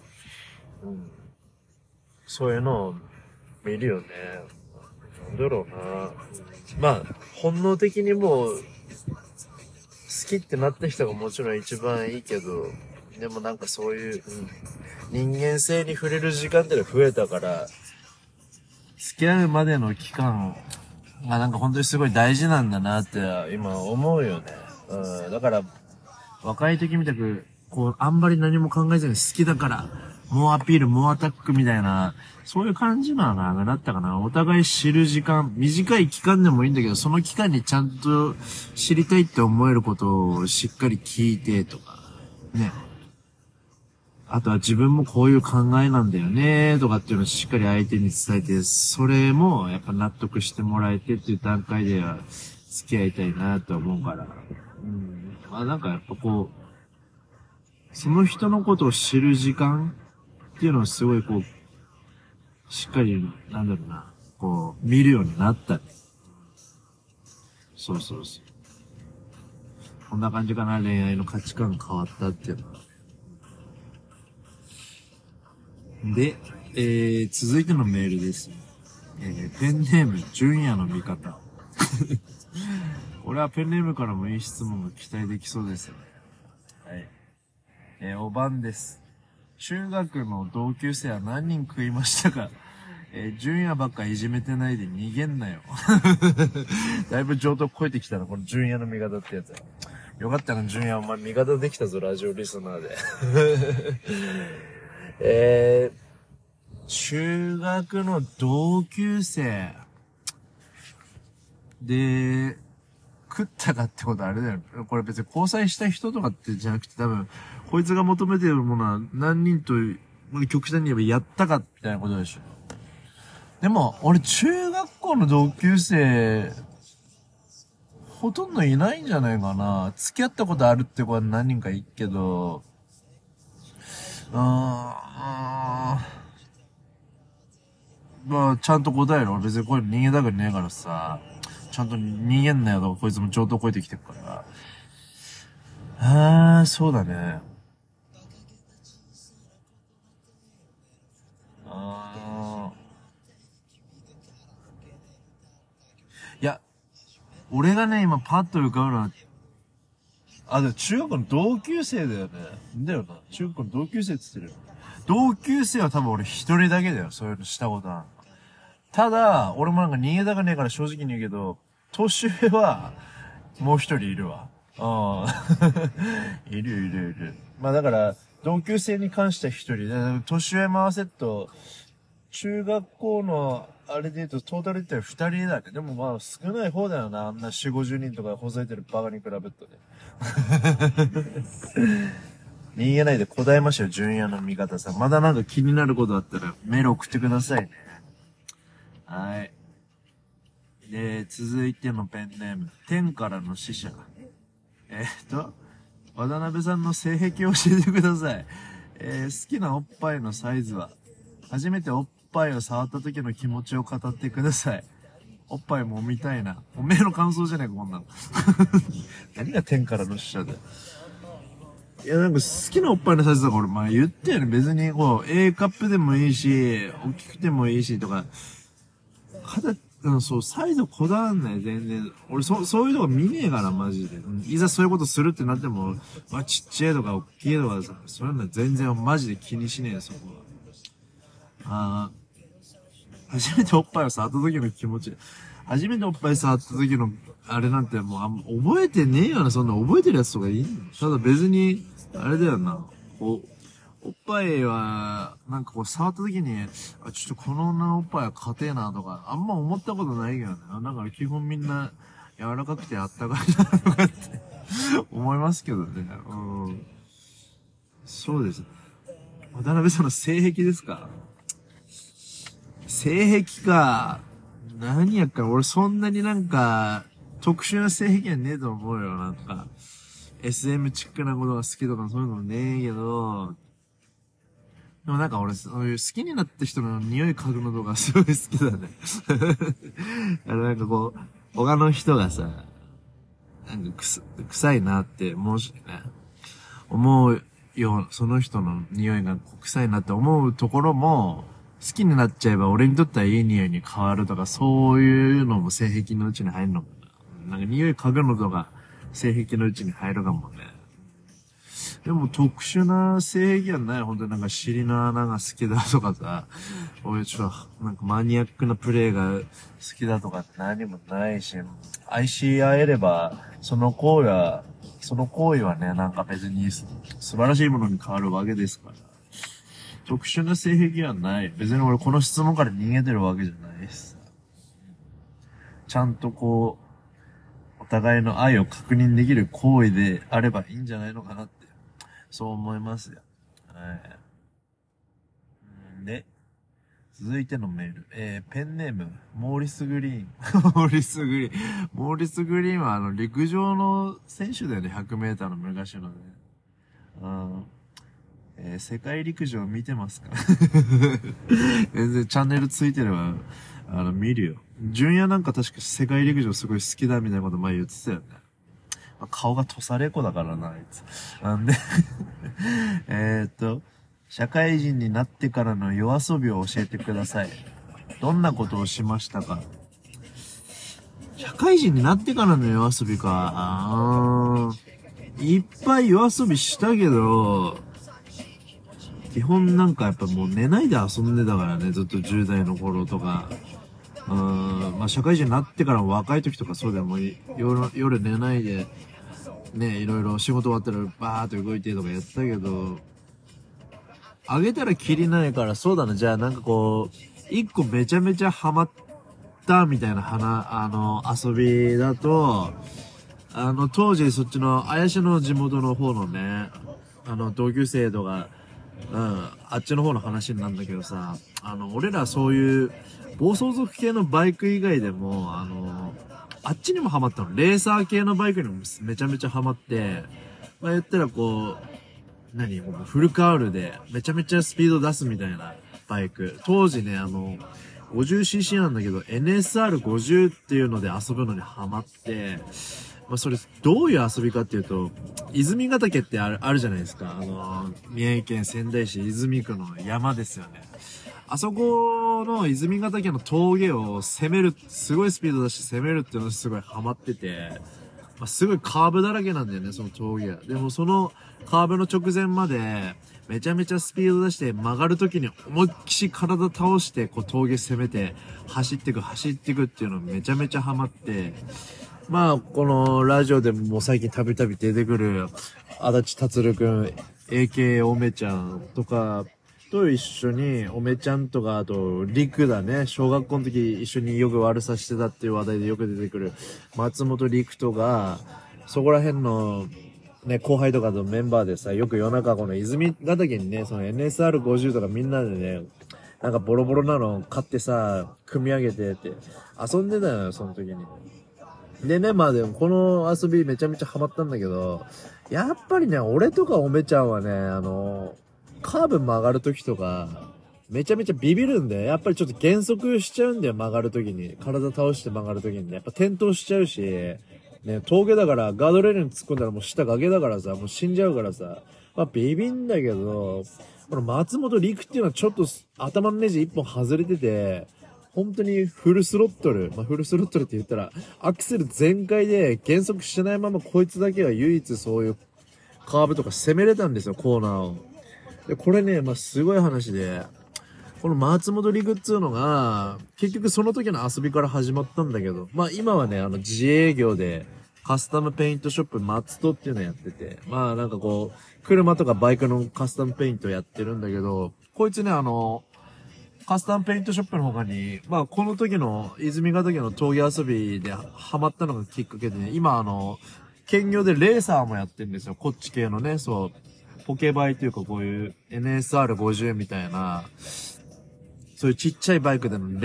そういうのを見るよね。なんだろうな。まあ、本能的にもう、好きってなった人がもちろん一番いいけど、でもなんかそういう、人間性に触れる時間ってのが増えたから、付き合うまでの期間がなんか本当にすごい大事なんだなって今思うよね。だから、若い時みたく、こう、あんまり何も考えずに好きだから、もうアピール、もうアタックみたいな、そういう感じなのだったかな。お互い知る時間、短い期間でもいいんだけど、その期間にちゃんと知りたいって思えることをしっかり聞いてとか、ね。あとは自分もこういう考えなんだよね、とかっていうのをしっかり相手に伝えて、それもやっぱ納得してもらえてっていう段階では付き合いたいなと思うから。まあなんかやっぱこう、その人のことを知る時間っていうのをすごいこう、しっかり、なんだろうな、こう、見るようになったね。そう。こんな感じかな、恋愛の価値観変わったっていうのは。で、続いてのメールです。ペンネーム、純也の味方。これはペンネームからもいい質問が期待できそうですよね。はい。お番です。中学の同級生は何人食いましたか？純也ばっかいじめてないで逃げんなよ。だいぶ上等超えてきたな、この純也の味方ってやつ。よかったな、純也お前味方できたぞ、ラジオリスナーで。中学の同級生で、食ったかってことあれだよ。これ別に交際した人とかってじゃなくて多分、こいつが求めているものは何人と、極端に言えばやったかみたいなことでしょ。でも、俺中学校の同級生、ほとんどいないんじゃないかな。付き合ったことあるって子は何人かいるけど、まあ、ちゃんと答えろ。別にこれ逃げたくねえからさ。ちゃんと逃げんなよとか、こいつも上等超えてきてるから。そうだね。いや、俺がね、今パッと浮かぶのは、でも中学の同級生だよね。だよな。中学の同級生って言ってる。同級生は多分俺一人だけだよ。そういうのしたことは。ただ、俺もなんか逃げたくねえから正直に言うけど、年上は、もう一人いるわ。いる。まあだから、同級生に関しては一人で、年上回せっと、中学校の、あれで言うと、トータルで言ったら二人だね。でもまあ少ない方だよな。あんな四五十人とかほざいてるバカに比べるとね。逃げないで答えましょう、純也の味方さん。まだなんか気になることあったらメール送ってくださいね。はい。で、続いてのペンネーム。天からの使者。渡辺さんの性癖を教えてください。好きなおっぱいのサイズは？初めておっぱいを触った時の気持ちを語ってください。おっぱいもみたいな。おめえの感想じゃねえか、こんなの。何が天からの使者だよ。いや、なんか好きなおっぱいのサイズだから俺、言ったよね。別にこう、A カップでもいいし、大きくてもいいしとか、そう、サイズこだわんない、全然。俺、そういうとこ見ねえから、マジで。いざそういうことするってなっても、ちっちゃいとか、大きいとかさ、そういうのは全然マジで気にしねえよ、そこは。初めておっぱいを触った時の気持ち。初めておっぱい触った時の、あれなんてもう、覚えてねえよな、そんな覚えてるやつとかいいの？ただ別に、あれだよな、こう、おっぱいは、なんかこう触った時に、ちょっとこの女のおっぱいは硬えなとか、あんま思ったことないけどね。なんか基本みんな柔らかくてあったかいなとかって思いますけどね。そうです。渡辺さんの性癖ですか？性癖か。何やっか、俺そんなになんか、 特殊な性癖はねえと思うよ。なんか、SM チックなことが好きとかそういうのもねえけど、でもなんか俺、そういう好きになった人の匂い嗅ぐのとかすごい好きだね。なんかこう、他の人がさ、なんか臭いなって、もしね、思うよう、その人の匂いが臭いなって思うところも、好きになっちゃえば俺にとってはいい匂いに変わるとか、そういうのも性癖のうちに入るのかな。なんか匂い嗅ぐのとか、性癖のうちに入るかもね。でも特殊な性癖はない。本当になんか尻の穴が好きだとかさ、俺ちょっとなんかマニアックなプレイが好きだとかって何もないし、愛し合えれば、その行為はね、なんか別に素晴らしいものに変わるわけですから。特殊な性癖はない。別に俺この質問から逃げてるわけじゃないしさ。ちゃんとこう、お互いの愛を確認できる行為であればいいんじゃないのかなって、そう思いますよ。はい。で、続いてのメール。ペンネーム、モーリス・グリーン。モーリス・グリーン。モーリス・グリーンは陸上の選手だよね、100メーターの昔のね。世界陸上見てますか？全然チャンネルついてれば、見るよ。純也なんか確か世界陸上すごい好きだみたいなこと前言ってたよね。まあ、顔が土佐レコだからな、あいつ。なんで社会人になってからの夜遊びを教えてください。どんなことをしましたか？社会人になってからの夜遊びか。いっぱい夜遊びしたけど、基本なんかやっぱもう寝ないで遊んでたからね、ずっと10代の頃とか。まあ社会人になってからも若い時とかそうだよ、もう夜寝ないで、ね、いろいろ仕事終わったらバーっと動いてとかやったけど、あげたらキリないから、そうだな、じゃあなんかこう、一個めちゃめちゃハマったみたいな遊びだと、当時そっちの綾瀬の地元の方のね、同級生とか、あっちの方の話になるんだけどさ、俺らそういう暴走族系のバイク以外でも、あっちにもハマったの。レーサー系のバイクにもめちゃめちゃハマって、まあ言ったらこう、フルカールでめちゃめちゃスピード出すみたいなバイク。当時ね、50cc なんだけど、NSR50 っていうので遊ぶのにハマって、まあそれ、どういう遊びかっていうと、泉ヶ岳ってあるじゃないですか。三重県仙台市泉区の山ですよね。あそこの泉ヶ岳の峠を攻める、すごいスピード出して攻めるっていうのにすごいハマってて、まあ、すごいカーブだらけなんだよね、その峠が。でもそのカーブの直前まで、めちゃめちゃスピード出して曲がるときに思いっきし体倒して、こう峠攻めて、走っていくっていうのめちゃめちゃハマって、まあ、このラジオでももう最近たびたび出てくる、足立達くん、AK おめちゃんとか、と一緒に、おめちゃんとか、あと、リクだね。小学校の時一緒によく悪さしてたっていう話題でよく出てくる、松本リクとか、そこら辺の、ね、後輩とかとメンバーでさ、よく夜中この泉ヶ岳にね、その NSR50 とかみんなでね、なんかボロボロなの買ってさ、組み上げてって、遊んでたよ、その時に。でね、まあでもこの遊びめちゃめちゃハマったんだけど、やっぱりね、俺とかおめちゃんはね、カーブ曲がるときとか、めちゃめちゃビビるんで、やっぱりちょっと減速しちゃうんだよ、曲がるときに。体倒して曲がるときにね。やっぱ転倒しちゃうし、ね、峠だからガードレールに突っ込んだらもう下崖だからさ、もう死んじゃうからさ、まあビビんだけど、この松本陸っていうのはちょっと頭のネジ一本外れてて、本当にフルスロットル。まあ、フルスロットルって言ったら、アクセル全開で減速してないままこいつだけは唯一そういうカーブとか攻めれたんですよ、コーナーを。で、これね、まあ、すごい話で、この松本陸っつうのが、結局その時の遊びから始まったんだけど、まあ今はね、自営業で、カスタムペイントショップ松戸っていうのやってて、まあなんかこう、車とかバイクのカスタムペイントやってるんだけど、こいつね、カスタムペイントショップの他に、まあこの時の泉ヶ岳の峠遊びでハマったのがきっかけでね、今兼業でレーサーもやってるんですよ。こっち系のね、そう、ポケバイというかこういう NSR50 みたいな、そういうちっちゃいバイクでのレ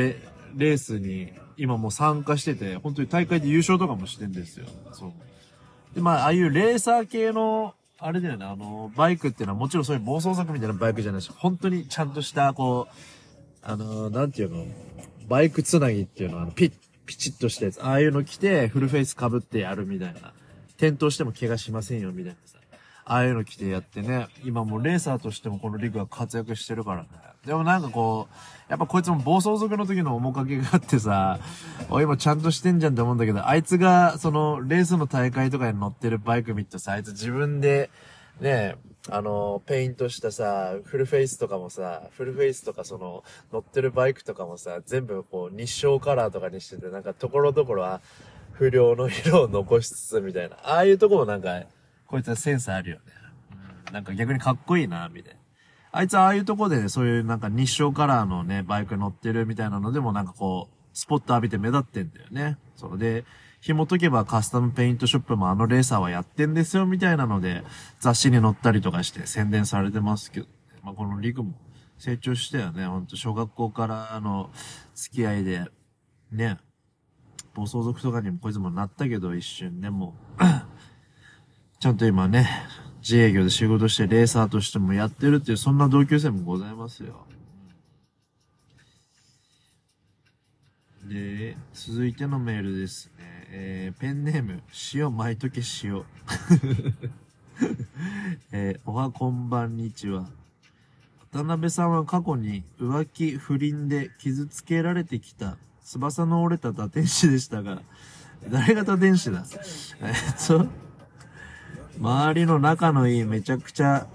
レースに今もう参加してて、本当に大会で優勝とかもしてんですよ。そう。で、まあ、ああいうレーサー系の、あれだよね、バイクっていうのはもちろんそういう暴走族みたいなバイクじゃないし、本当にちゃんとした、こう、なんていうの、バイクつなぎっていうのは、ピチッとしたやつ。ああいうの着て、フルフェイス被ってやるみたいな。転倒しても怪我しませんよ、みたいなさ。ああいうの着てやってね、今もうレーサーとしてもこのリグは活躍してるからね。でもなんかこう、やっぱこいつも暴走族の時の面影があってさ、おい今ちゃんとしてんじゃんって思うんだけど、あいつがそのレースの大会とかに乗ってるバイク見てさ、あいつ自分で、ね、ペイントしたさ、フルフェイスとかもさ、フルフェイスとかその、乗ってるバイクとかもさ、全部こう日照カラーとかにしてて、なんかところどころは不良の色を残しつつみたいな。ああいうとこもなんか、こいつはセンスあるよね。なんか逆にかっこいいな、みたいな。あいつはああいうとこでね、そういうなんか日照カラーのね、バイク乗ってるみたいなのでもなんかこう、スポット浴びて目立ってんだよね。それで、紐解けばカスタムペイントショップもあのレーサーはやってんですよ、みたいなので、雑誌に載ったりとかして宣伝されてますけど、まあ、このリグも成長したよね。ほんと小学校からの付き合いで、ね、暴走族とかにもこいつもなったけど、一瞬ね、もう、ちゃんと今ね、自営業で仕事してレーサーとしてもやってるっていう、そんな同級生もございますよ。で、続いてのメールですね。ペンネーム、塩巻いとけ塩。おはこんばんにちは。渡辺さんは過去に浮気不倫で傷つけられてきた翼の折れた打天使でしたが、誰が打天使だ周りの仲のいいめちゃくちゃ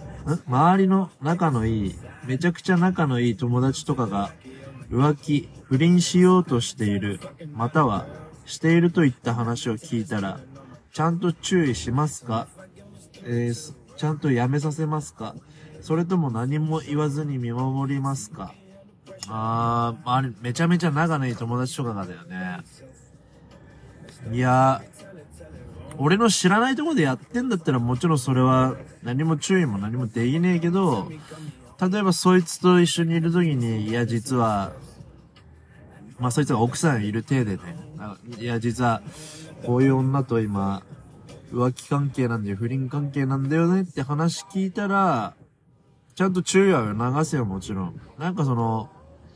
仲のいい友達とかが浮気、不倫しようとしている、またはしているといった話を聞いたら、ちゃんと注意しますか？ちゃんとやめさせますか？それとも何も言わずに見守りますか？あれ、めちゃめちゃ仲のいい友達とかがだよね。いや、俺の知らないところでやってんだったらもちろんそれは何も注意も何もできねえけど、例えばそいつと一緒にいるときに、いや実は、まあそいつが奥さんいる体でね、いや実はこういう女と今浮気関係なんだよ、不倫関係なんだよねって話聞いたら、ちゃんと注意は流せよ、もちろん。なんかその、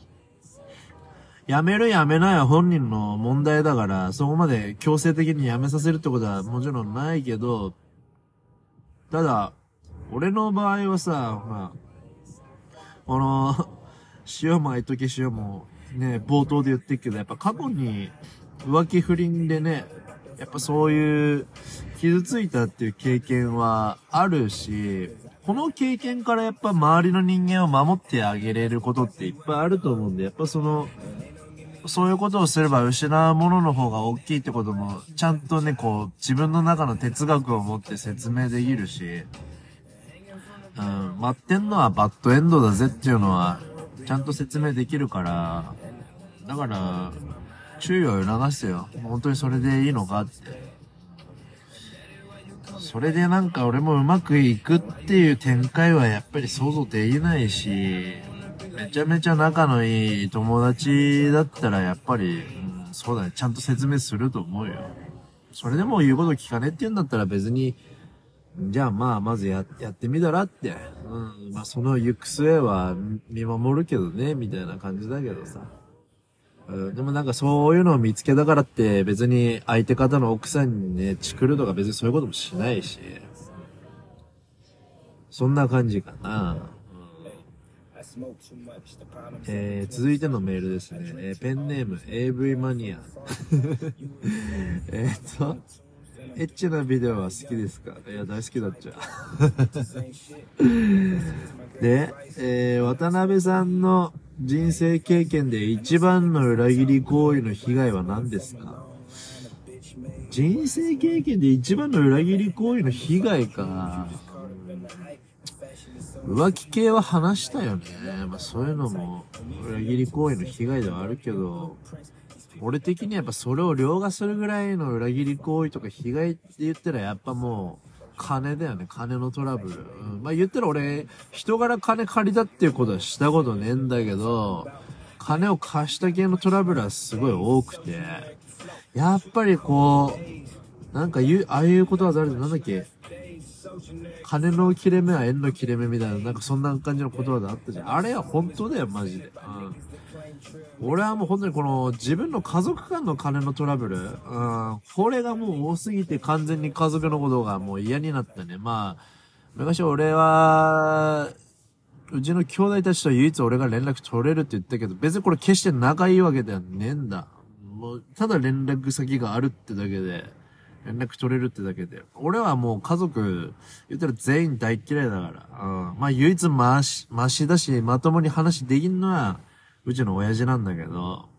やめるやめないは本人の問題だから、そこまで強制的にやめさせるってことはもちろんないけど、ただ、俺の場合はさ、まあ、塩巻いとけ塩もね、冒頭で言ってるけど、やっぱ過去に浮気不倫でね、やっぱそういう傷ついたっていう経験はあるし、この経験からやっぱ周りの人間を守ってあげれることっていっぱいあると思うんで、やっぱそういうことをすれば失うものの方が大きいってことも、ちゃんとね、こう、自分の中の哲学を持って説明できるし、待ってんのはバッドエンドだぜっていうのは、ちゃんと説明できるから、だから、注意を促すよ。本当にそれでいいのかって。それでなんか俺もうまくいくっていう展開はやっぱり想像できないし、めちゃめちゃ仲のいい友達だったらやっぱり、そうだね、ちゃんと説明すると思うよ。それでも言うこと聞かねって言うんだったら別に、じゃあまあまずやってみたらって、まあその行く末は見守るけどね、みたいな感じだけどさ。でもなんかそういうのを見つけたからって別に相手方の奥さんにね、チクるとか別にそういうこともしないし、そんな感じかな。続いてのメールですね。ペンネーム AV マニア。エッチなビデオは好きですか？いや、大好きだっちゃ。で、渡辺さんの人生経験で一番の裏切り行為の被害は何ですか？人生経験で一番の裏切り行為の被害か。浮気系は話したよね。まあそういうのも裏切り行為の被害ではあるけど、俺的にはやっぱそれを凌駕するぐらいの裏切り行為とか被害って言ったらやっぱもう金だよね。金のトラブル。まあ言ったら俺人から金借りたっていうことはしたことねえんだけど、 金を貸した系のトラブルはすごい多くて、やっぱりこう、なんかああいうことわざあるで、なんだっけ、金の切れ目は縁の切れ目みたいな、なんかそんな感じの言葉であったじゃん。あれは本当だよ、マジで。俺はもう本当にこの自分の家族間の金のトラブル、これがもう多すぎて完全に家族のことがもう嫌になったね。まあ、昔俺は、うちの兄弟たちと唯一俺が連絡取れるって言ったけど、別にこれ決して仲いいわけではねえんだ。もう、ただ連絡先があるってだけで、連絡取れるってだけで。俺はもう家族、言ったら全員大嫌いだから。まあ唯一マシだし、まともに話できんのは、うちの親父なんだけど、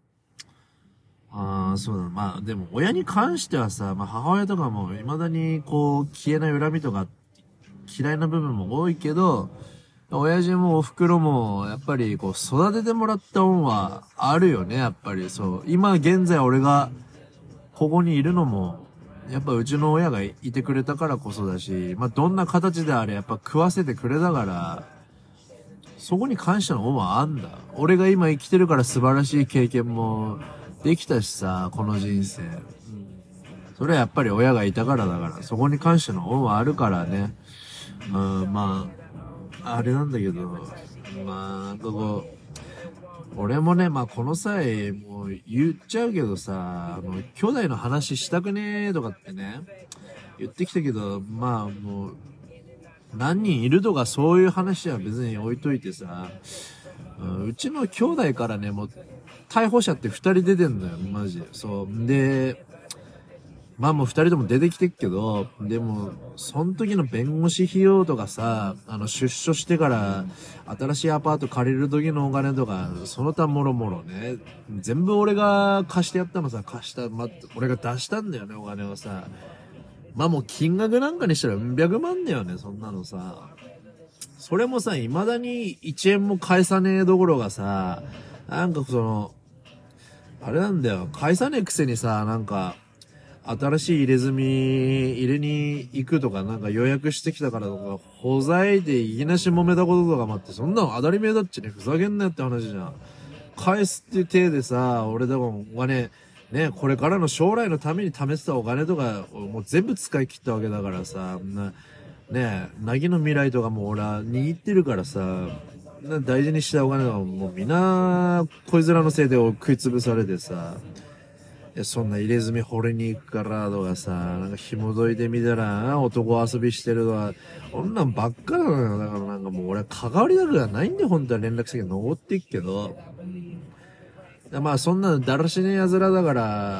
そうだ。まあでも親に関してはさ、まあ母親とかも未だにこう消えない恨みとか嫌いな部分も多いけど、親父もお袋も、やっぱりこう、育ててもらった恩はあるよね、やっぱりそう。今現在俺が、ここにいるのも、やっぱうちの親がいてくれたからこそだし、まあ、どんな形であれ、やっぱ食わせてくれたから、そこに感謝の恩はあんだ。俺が今生きてるから素晴らしい経験もできたしさ、この人生。それはやっぱり親がいたからだから、そこに感謝の恩はあるからね。まあ、あれなんだけど、まあ、俺もね、まあこの際、もう言っちゃうけどさ、兄弟の話したくねーとかってね、言ってきたけど、まあもう、何人いるとかそういう話は別に置いといてさ、うちの兄弟からね、もう、逮捕者って二人出てんだよ、マジで。そう。で、まあもう二人とも出てきてっけど、でも、その時の弁護士費用とかさ、出所してから、新しいアパート借りる時のお金とか、その他もろもろね、全部俺が貸してやったのさ、俺が出したんだよね、お金をさ。まあもう金額なんかにしたらうん百万だよね、そんなのさ。それもさ、未だに1円も返さねえどころがさ、なんかあれなんだよ、返さねえくせにさ、なんか、新しい入れ墨入れに行くとかなんか予約してきたからとか、ほざいでいきなし揉めたこととかもあって、そんなの当たり前だっちね、ふざけんなよって話じゃん。返すっていう体でさ、俺でもお金、ね、これからの将来のために貯めてたお金とか、もう全部使い切ったわけだからさ、ね、なぎの未来とかも俺は握ってるからさ、大事にしたお金はもうみんな、こいつらのせいで食いつぶされてさ、いや、そんな入れ墨掘りに行くからとかさ、なんか紐解いてみたら、男遊びしてるとか、こんなんばっかなのよ。だからなんかもう俺は関わりたくはないんで、本当は連絡先が残っていくけど。まあそんなだらしねえやつらだから、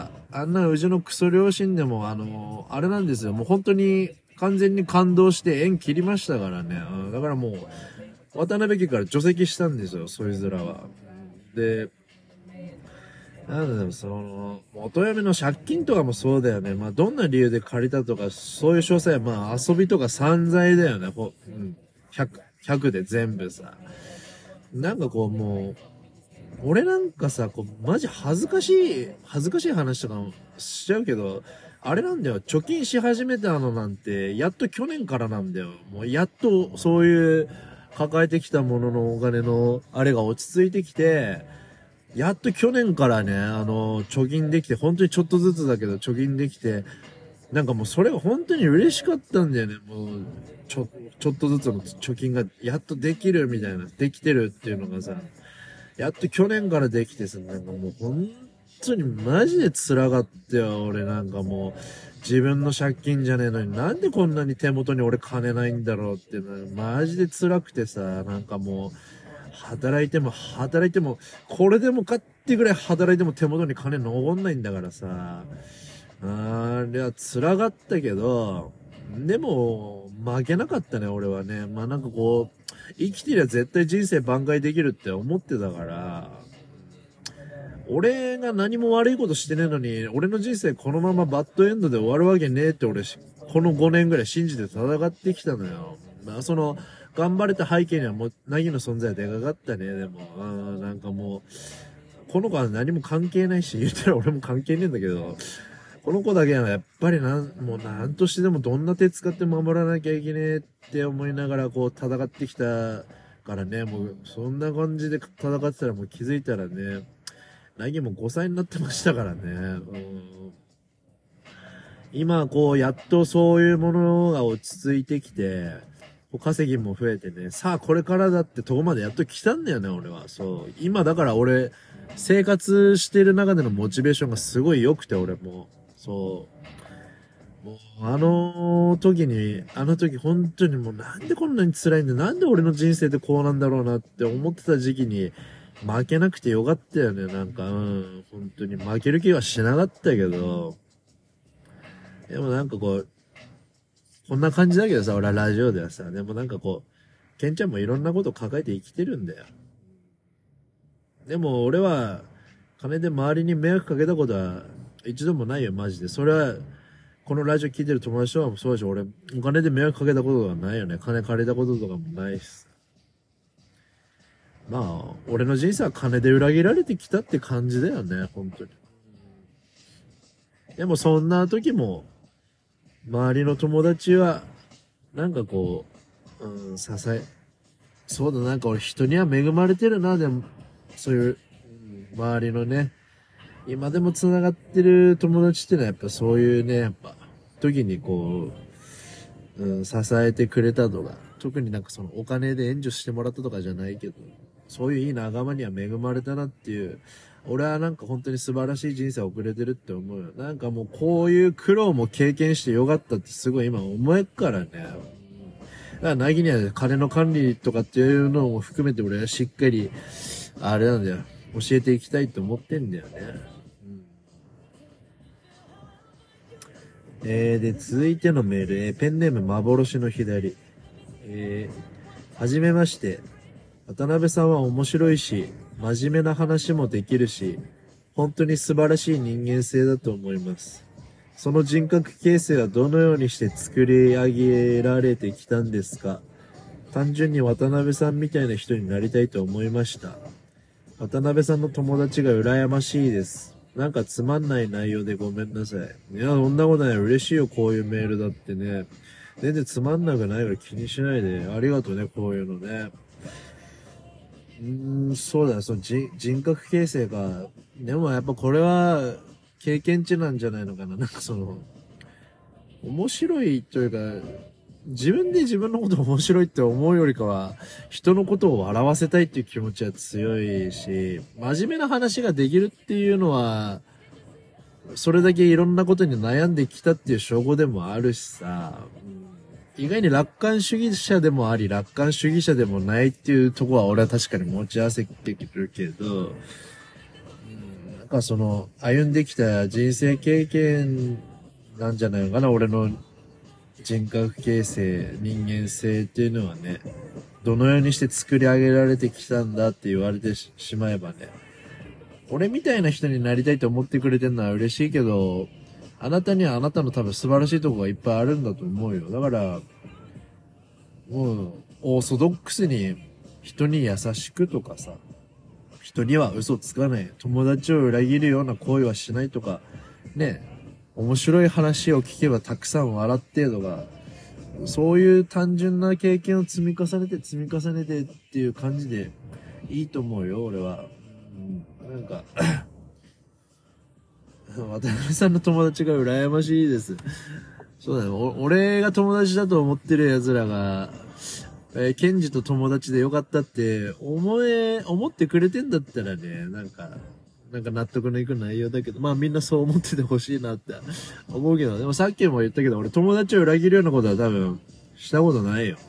あんなうちのクソ両親でもあれなんですよ。もう本当に完全に感動して縁切りましたからね。だからもう、渡辺家から除籍したんですよ、そいつらは。で、なんだでも元嫁の借金とかもそうだよね。まあ、どんな理由で借りたとか、そういう詳細は、まあ、遊びとか散財だよね。100で全部さ。なんかこう、もう、俺なんかさ、マジ恥ずかしい話とかもしちゃうけど、あれなんだよ、貯金し始めたのなんて、やっと去年からなんだよ。もう、やっと、そういう、抱えてきたもののお金の、あれが落ち着いてきて、やっと去年からね、貯金できて、本当にちょっとずつだけど貯金できて、なんかもうそれが本当に嬉しかったんだよね。もう、ちょっとずつの貯金がやっとできるみたいな、できてるっていうのがさ、やっと去年からできてさ、なんかもう本当にマジで辛かったよ。俺なんかもう、自分の借金じゃねえのになんでこんなに手元に俺金ないんだろうっていうのは、マジで辛くてさ、なんかもう、働いても、これでもかってぐらい働いても手元に金残んないんだからさ。あれは辛かったけど、でも、負けなかったね、俺はね。まあなんかこう、生きてりゃ絶対人生挽回できるって思ってたから、俺が何も悪いことしてねえのに、俺の人生このままバッドエンドで終わるわけねえってこの5年ぐらい信じて戦ってきたのよ。まあ頑張れた背景にはもう、ナギの存在はでかかったね、でも。なんかもう、この子は何も関係ないし、言ったら俺も関係ねえんだけど、この子だけはやっぱりもう何としてでもどんな手使って守らなきゃいけねえって思いながらこう戦ってきたからね、もうそんな感じで戦ってたらもう気づいたらね、来年も5歳になってましたからね。今こうやっとそういうものが落ち着いてきて、稼ぎも増えてね、さあこれからだってとこまでやっと来たんだよね、俺は。そう。今だから俺、生活してる中でのモチベーションがすごい良くて、俺も。そう。もう、あの時本当にもうなんでこんなに辛いんだ、なんで俺の人生ってこうなんだろうなって思ってた時期に、負けなくてよかったよね、なんか、本当に負ける気はしなかったけど、でもなんかこう、こんな感じだけどさ、俺はラジオではさ、でもなんかこう、ケンちゃんもいろんなこと抱えて生きてるんだよ。でも俺は、金で周りに迷惑かけたことは一度もないよ、マジで。それは、このラジオ聞いてる友達とかもそうだし、俺、お金で迷惑かけたことがないよね。金借りたこととかもないし。まあ、俺の人生は金で裏切られてきたって感じだよね、本当に。でもそんな時も、周りの友達は、なんかこう、そうだ、なんか俺人には恵まれてるな、でも、そういう、周りのね、今でも繋がってる友達ってのはやっぱそういうね、やっぱ、時にこう、支えてくれたとか、特になんかそのお金で援助してもらったとかじゃないけど、そういういい仲間には恵まれたなっていう、俺はなんか本当に素晴らしい人生を送れてるって思うよ。なんかもうこういう苦労も経験してよかったってすごい今思えっからね。だからなぎには金の管理とかっていうのも含めて俺はしっかり、あれなんだよ。教えていきたいと思ってんだよね。で、続いてのメール、ペンネーム幻の左。はじめまして。渡辺さんは面白いし、真面目な話もできるし、本当に素晴らしい人間性だと思います。その人格形成はどのようにして作り上げられてきたんですか？単純に渡辺さんみたいな人になりたいと思いました。渡辺さんの友達が羨ましいです。なんかつまんない内容でごめんなさい。いや、そんなことない。嬉しいよ、こういうメールだってね。全然つまんなくないから気にしないで。ありがとうね、こういうのね。そうだよ、その人格形成か。でもやっぱこれは経験値なんじゃないのかな。なんかその、面白いというか、自分で自分のこと面白いって思うよりかは、人のことを笑わせたいっていう気持ちは強いし、真面目な話ができるっていうのは、それだけいろんなことに悩んできたっていう証拠でもあるしさ、意外に楽観主義者でもあり、楽観主義者でもないっていうところは俺は確かに持ち合わせてきてるけど、なんかその、歩んできた人生経験なんじゃないのかな、俺の人格形成、人間性っていうのはね、どのようにして作り上げられてきたんだって言われてしまえばね、俺みたいな人になりたいと思ってくれてるのは嬉しいけど、あなたにはあなたの多分素晴らしいところがいっぱいあるんだと思うよ。だから、もう、オーソドックスに人に優しくとかさ、人には嘘つかない、友達を裏切るような行為はしないとか、ね、面白い話を聞けばたくさん笑ってとか、そういう単純な経験を積み重ねてっていう感じでいいと思うよ、俺は。なんか渡辺さんの友達が羨ましいです。そうだよ。俺が友達だと思ってる奴らが、ケンジと友達でよかったって思ってくれてんだったらね、なんか納得のいく内容だけど、まあみんなそう思っててほしいなって思うけど、でもさっきも言ったけど、俺友達を裏切るようなことは多分したことないよ。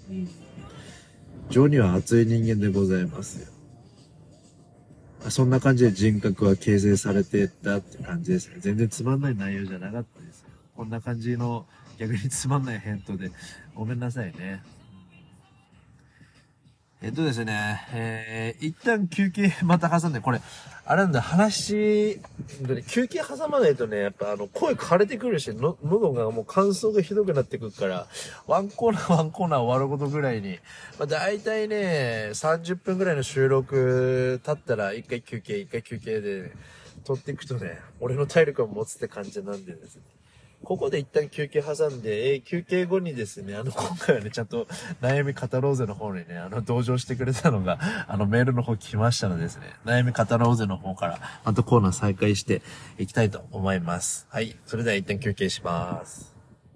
情には熱い人間でございますよ。そんな感じで人格は形成されてったって感じですね。全然つまんない内容じゃなかったですよ。こんな感じの逆につまんない返答でごめんなさいね。ですね、一旦休憩また挟んで、これ、あれなんだ、休憩挟まないとね、やっぱ声枯れてくるし、喉がもう乾燥がひどくなってくるから、ワンコーナー終わることぐらいに、まあ大体ね、30分ぐらいの収録経ったら、一回休憩で、撮っていくとね、俺の体力を持つって感じなんでですね。 ここで一旦休憩挟んで、休憩後にですね、今回はね、ちゃんと悩み語ろうぜの方にね、同情してくれたのが、メールの方来ましたのでですね、悩み語ろうぜの方から、またコーナー再開していきたいと思います。はい。それでは一旦休憩します。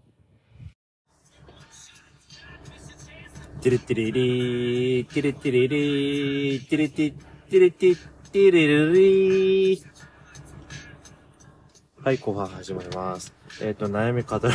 テレテレリー、テレテレリー、テレテテレテテレレリー。はい、後半始まります。悩み語る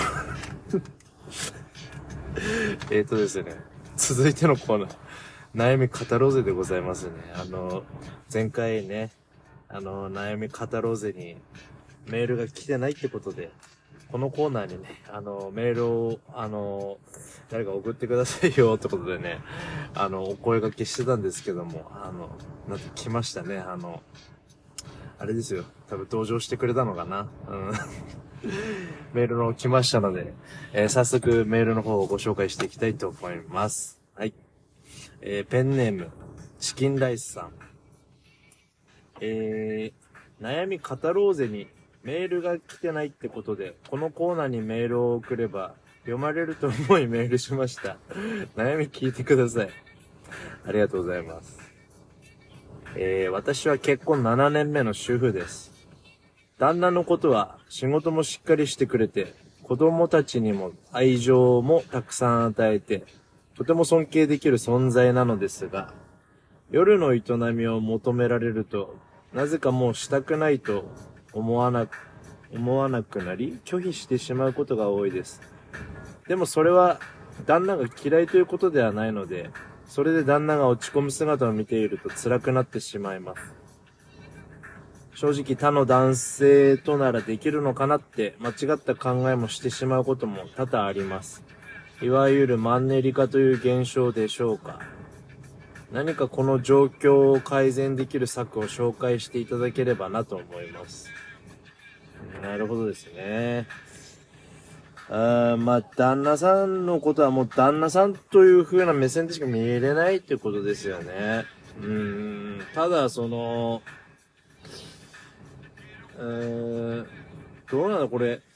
ですね。続いてのコーナー、悩み語ろうぜでございますね。前回ね、悩み語ろうぜにメールが来てないってことで、このコーナーにね、メールを、誰か送ってくださいよってことでね、お声掛けしてたんですけども、なんか来ましたね、あれですよ。多分登場してくれたのかな。うん。メールの来ましたので、早速メールの方をご紹介していきたいと思います。はい。ペンネーム、チキンライスさん。悩み語ろうぜにメールが来てないってことで、このコーナーにメールを送れば読まれると思いメールしました。悩み聞いてください。ありがとうございます。私は結婚7年目の主婦です。旦那のことは仕事もしっかりしてくれて、子供たちにも愛情もたくさん与えて、とても尊敬できる存在なのですが、夜の営みを求められると、なぜかもうしたくないと思わなくなり、拒否してしまうことが多いです。でもそれは旦那が嫌いということではないので、それで旦那が落ち込む姿を見ていると辛くなってしまいます。正直他の男性とならできるのかなって間違った考えもしてしまうことも多々あります。いわゆるマンネリ化という現象でしょうか。何かこの状況を改善できる策を紹介していただければなと思います。なるほどですね。まあ、旦那さんのことはもう旦那さんという風な目線でしか見れないってことですよね。ただ、どうなのこれ。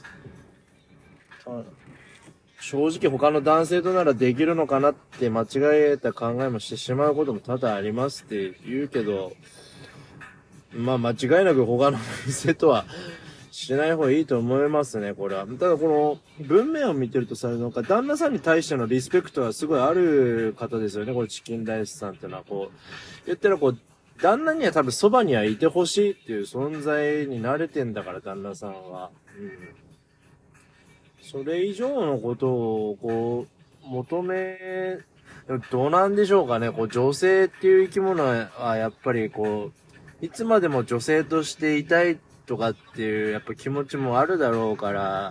正直他の男性とならできるのかなって間違えた考えもしてしまうことも多々ありますって言うけど、まあ間違いなく他の男性とはしない方がいいと思いますね、これは。ただこの文面を見てるとさ、なんか旦那さんに対してのリスペクトはすごいある方ですよね、これチキンライスさんっていうのはこう、言ったらこう、旦那には多分そばにはいてほしいっていう存在に慣れてんだから、旦那さんは。それ以上のことを、こう、どうなんでしょうかね。こう、女性っていう生き物は、やっぱりこう、いつまでも女性としていたいとかっていう、やっぱ気持ちもあるだろうから、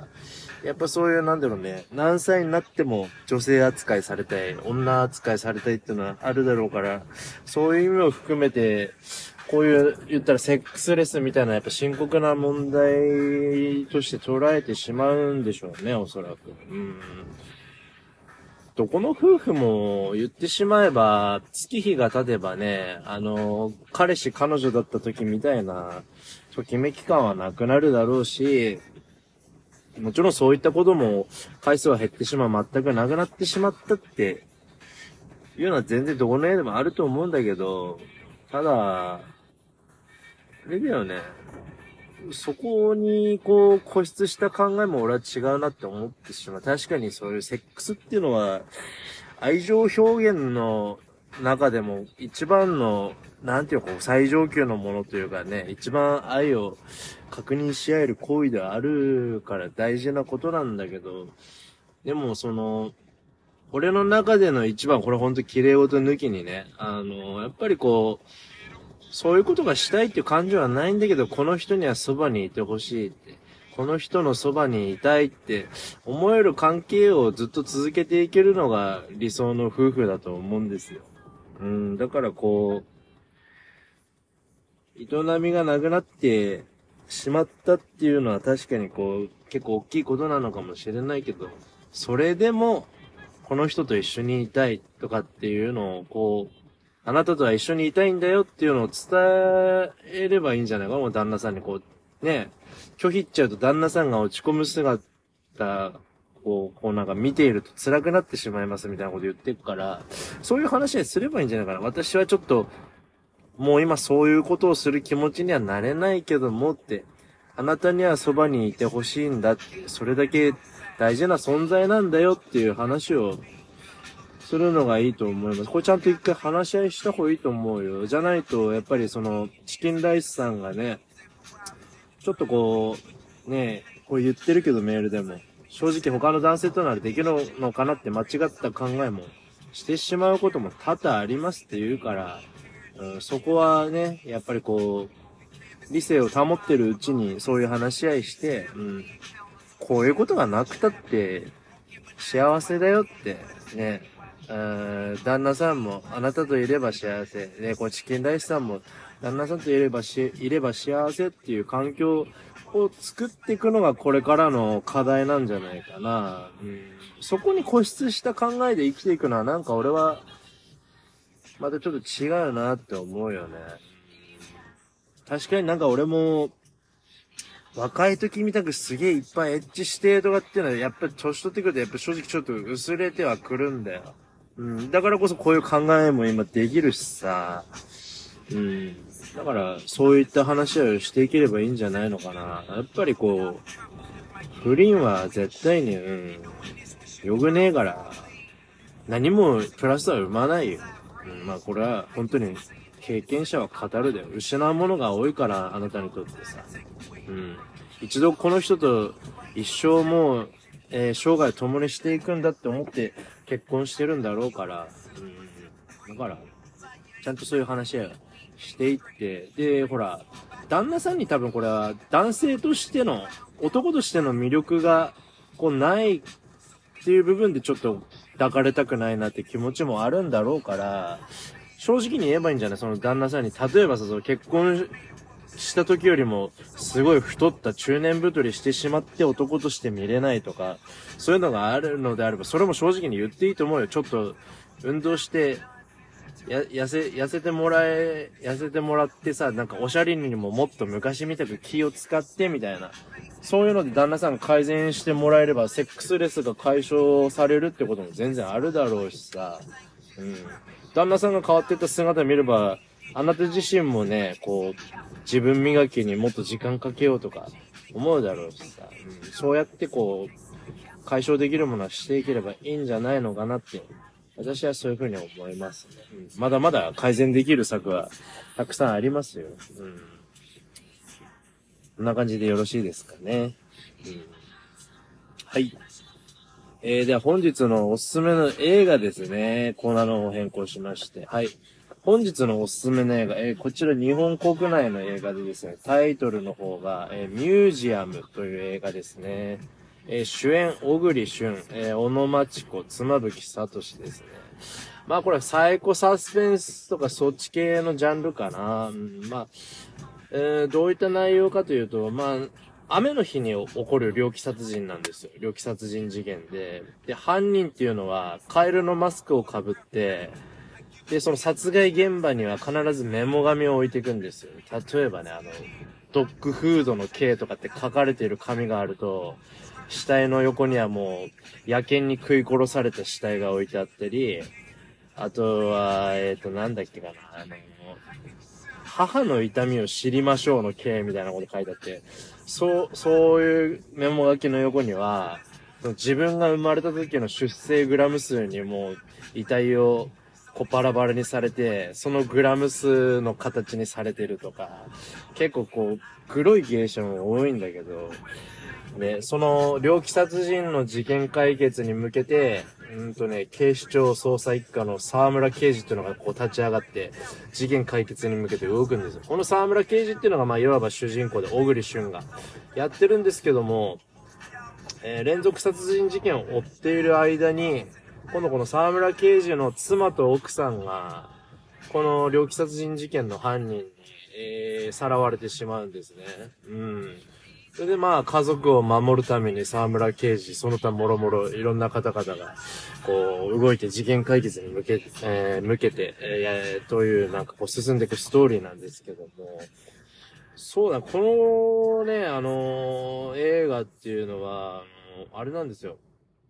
やっぱそういう、なんだろうね、何歳になっても女性扱いされたい、女扱いされたいっていうのはあるだろうから、そういう意味を含めて、こういう、言ったらセックスレスみたいなやっぱ深刻な問題として捉えてしまうんでしょうね、おそらく。どこの夫婦も言ってしまえば、月日が経てばね、彼氏彼女だった時みたいな、ときめき感はなくなるだろうし、もちろんそういったことも回数は減ってしまう、全くなくなってしまったっていうのは全然どこの家でもあると思うんだけど、ただ、あれだよね。そこに、こう、固執した考えも俺は違うなって思ってしまう。確かにそういうセックスっていうのは、愛情表現の中でも一番の、なんていうか、最上級のものというかね、一番愛を確認し合える行為ではあるから大事なことなんだけど、でも俺の中での一番、これほんと綺麗事抜きにね、やっぱりこう、そういうことがしたいっていう感情はないんだけど、この人にはそばにいてほしいって、この人のそばにいたいって思える関係をずっと続けていけるのが理想の夫婦だと思うんですよ。だからこう、営みがなくなってしまったっていうのは確かにこう、結構大きいことなのかもしれないけど、それでも、この人と一緒にいたいとかっていうのをこう、あなたとは一緒にいたいんだよっていうのを伝えればいいんじゃないかな、もう旦那さんにこう、 ね、拒否っちゃうと旦那さんが落ち込む姿を、こうなんか見ていると辛くなってしまいますみたいなこと言ってるから、そういう話にすればいいんじゃないかな。私はちょっと、もう今そういうことをする気持ちにはなれないけどもって、あなたにはそばにいてほしいんだって、それだけ大事な存在なんだよっていう話をするのがいいと思います。これちゃんと一回話し合いした方がいいと思うよ。じゃないと、やっぱりその、チキンライスさんがね、ちょっとこう、ね、こう言ってるけどメールでも、正直他の男性とならできるのかなって間違った考えもしてしまうことも多々ありますって言うから、そこはね、やっぱりこう、理性を保ってるうちにそういう話し合いして、こういうことがなくたって幸せだよってね、旦那さんもあなたといれば幸せ、ね、こうチキンライスさんも旦那さんといれば幸せっていう環境を作っていくのがこれからの課題なんじゃないかな。そこに固執した考えで生きていくのはなんか俺はまたちょっと違うなって思うよね。確かになんか俺も若い時みたくすげえいっぱいエッチしてとかっていうのはやっぱり年取ってくるとやっぱ正直ちょっと薄れてはくるんだよ。だからこそこういう考えも今できるしさ。だからそういった話をしていければいいんじゃないのかな。やっぱりこう、不倫は絶対に、よくねえから、何もプラスは生まないよ。まあこれは本当に経験者は語るだよ。失うものが多いからあなたにとってさ。一度この人と一生もう、生涯共にしていくんだって思って結婚してるんだろうから、だから、ちゃんとそういう話をしていって、で、ほら、旦那さんに多分これは男性としての、男としての魅力が、こうないっていう部分でちょっと抱かれたくないなって気持ちもあるんだろうから、正直に言えばいいんじゃない？その旦那さんに、例えばさ、その結婚した時よりもすごい太った中年太りしてしまって男として見れないとか、そういうのがあるのであれば、それも正直に言っていいと思うよ。ちょっと運動して痩せてもらってさ、なんかおしゃれにももっと昔みたく気を使ってみたいな。そういうので旦那さんが改善してもらえれば、セックスレスが解消されるってことも全然あるだろうしさ。旦那さんが変わっていった姿見れば、あなた自身もね、こう、自分磨きにもっと時間かけようとか思うだろうしさ。そうやってこう、解消できるものはしていければいいんじゃないのかなって私はそういうふうに思いますね。まだまだ改善できる策はたくさんありますよ。こんな感じでよろしいですかね。はい。では本日のおすすめの映画ですね。コーナーの方を変更しまして。はい。本日のおすすめの映画、こちら日本国内の映画でですね、タイトルの方が、ミュージアムという映画ですね。主演、小栗旬、小野真知子、妻夫木聡ですね。まあこれはサイコサスペンスとかそっち系のジャンルかな。どういった内容かというと、雨の日に起こる猟奇殺人なんですよ。猟奇殺人事件で。で、犯人っていうのは、カエルのマスクをかぶって、で、その殺害現場には必ずメモ紙を置いていくんですよ。例えばね、ドッグフードの K とかって書かれている紙があると、死体の横にはもう、野犬に食い殺された死体が置いてあったり、あとは、なんだっけかな、母の痛みを知りましょうの K みたいなこと書いてあって、そういうメモ書きの横には、自分が生まれた時の出生グラム数にもう遺体をこうバラバラにされて、そのグラム数の形にされてるとか、結構こう、黒い芸者も多いんだけど、ね、その、猟奇殺人の事件解決に向けて、警視庁捜査一課の沢村刑事っていうのがこう立ち上がって、事件解決に向けて動くんですよ。この沢村刑事っていうのがいわば主人公で、小栗旬がやってるんですけども、連続殺人事件を追っている間に、今度この沢村刑事の妻と奥さんが、この猟奇殺人事件の犯人に、さらわれてしまうんですね。それで家族を守るために沢村刑事、その他もろもろいろんな方々が、こう、動いて事件解決に向けて、という進んでいくストーリーなんですけども、 そうだ、このね、映画っていうのは、あれなんですよ。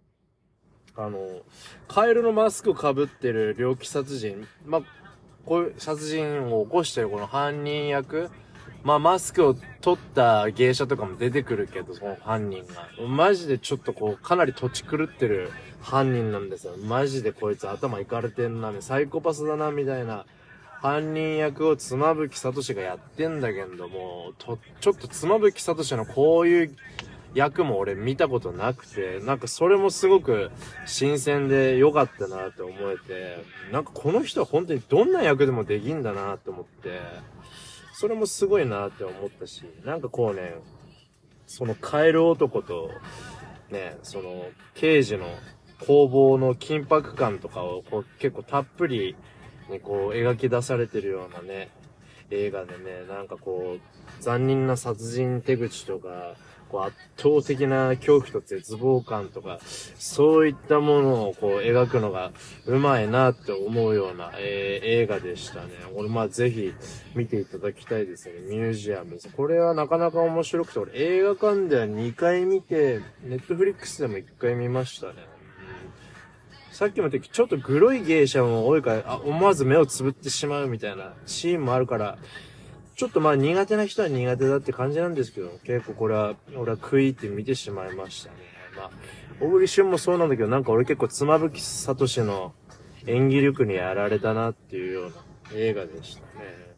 カエルのマスクを被ってる猟奇殺人。まあ、こういう殺人を起こしてるこの犯人役。まあ、マスクを取った芸者とかも出てくるけど、その犯人が。マジでちょっとこう、かなり土地狂ってる犯人なんですよ。マジでこいつ頭いかれてんな、サイコパスだな、みたいな。犯人役を妻夫木聡がやってんだけども、ちょっと妻夫木聡のこういう役も俺見たことなくて、なんかそれもすごく新鮮で良かったなって思えて、なんかこの人は本当にどんな役でもできんだなって思って、それもすごいなって思ったし、なんかこうね、そのカエル男と、ね、その刑事の攻防の緊迫感とかをこう結構たっぷりにこう描き出されてるようなね、映画でね、なんかこう、残忍な殺人手口とか、こう圧倒的な恐怖と絶望感とか、そういったものをこう描くのがうまいなって思うような、映画でしたね。俺まあぜひ見ていただきたいですね。ミュージアムズ。これはなかなか面白くて、俺映画館では2回見て、ネットフリックスでも1回見ましたね。さっきも言ったちょっとグロい芸者も多いから、思わず目をつぶってしまうみたいなシーンもあるから、ちょっとまあ苦手な人は苦手だって感じなんですけど、結構これは、俺は食い入って見てしまいましたね。まあ、小栗旬もそうなんだけど、なんか俺結構妻夫木聡の演技力にやられたなっていうような映画でしたね。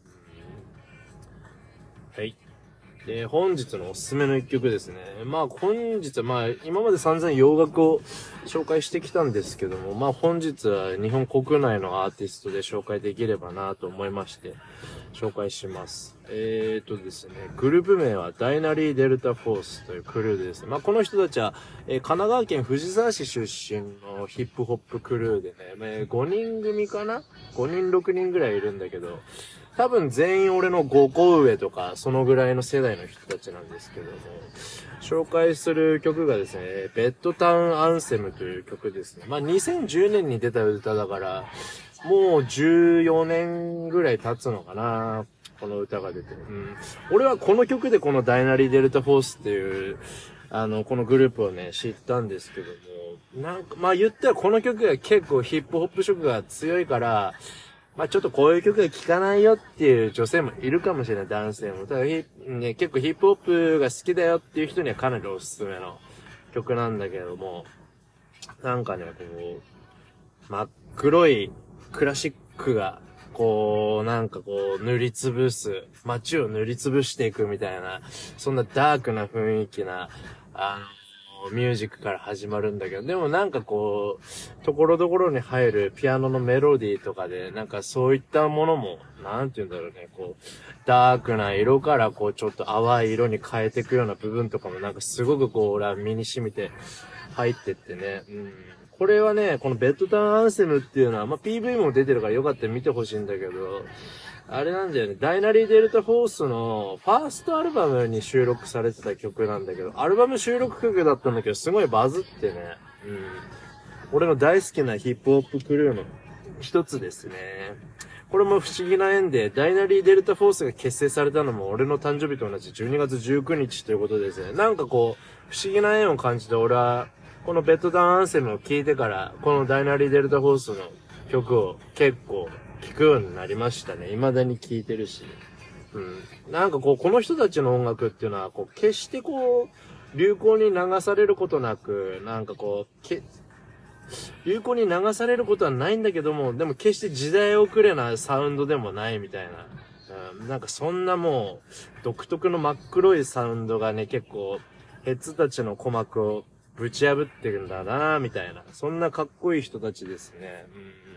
はい。で、本日のおすすめの一曲ですね。まあ本日は今まで散々洋楽を紹介してきたんですけども、まあ本日は日本国内のアーティストで紹介できればなと思いまして、紹介します。ですね、グループ名はダイナリーデルタフォースというクルーでですね、まあこの人たちは、神奈川県藤沢市出身のヒップホップクルーでね、5人組かな ?5 人6人ぐらいいるんだけど、多分全員俺の5個上とか、そのぐらいの世代の人たちなんですけども、紹介する曲がですね、ベッドタウンアンセムという曲ですね。まあ、2010年に出た歌だから、もう14年ぐらい経つのかな、この歌が出て。俺はこの曲でこのダイナリーデルタフォースっていう、このグループをね、知ったんですけども、なんか、まあ言ったらこの曲が結構ヒップホップ色が強いから、まあちょっとこういう曲が聴かないよっていう女性もいるかもしれない、男性も。ただね、結構ヒップホップが好きだよっていう人にはかなりおすすめの曲なんだけども、なんかね、こう、真っ黒いクラシックが、こう、なんかこう、街を塗りつぶしていくみたいな、そんなダークな雰囲気な、ミュージックから始まるんだけど、でもなんかこう、ところどころに入るピアノのメロディーとかで、なんかそういったものも、なんて言うんだろうね、こう、ダークな色からこう、ちょっと淡い色に変えていくような部分とかもなんかすごくこう、俺は身に染みて入ってってね、これはね、このベッドタウンアンセムっていうのは、まあ、PV も出てるからよかったら見てほしいんだけど、あれなんだよね、ダイナリーデルタフォースのファーストアルバムに収録されてた曲なんだけど、アルバム収録曲だったんだけど、すごいバズってね、俺の大好きなヒップホップクルーの一つですね。これも不思議な縁で、ダイナリーデルタフォースが結成されたのも俺の誕生日と同じ12月19日ということですね。なんかこう、不思議な縁を感じて俺は、このベッドタウンアンセムを聴いてから、このダイナリーデルタフォースの曲を結構聴くようになりましたね。未だに聴いてるし。なんかこう、この人たちの音楽っていうのは、こう、決してこう、流行に流されることなく、なんかこう、流行に流されることはないんだけども、でも決して時代遅れなサウンドでもないみたいな。なんかそんなもう、独特の真っ黒いサウンドがね、結構、ヘッズたちの鼓膜をぶち破ってるんだなみたいな。そんなかっこいい人たちですね。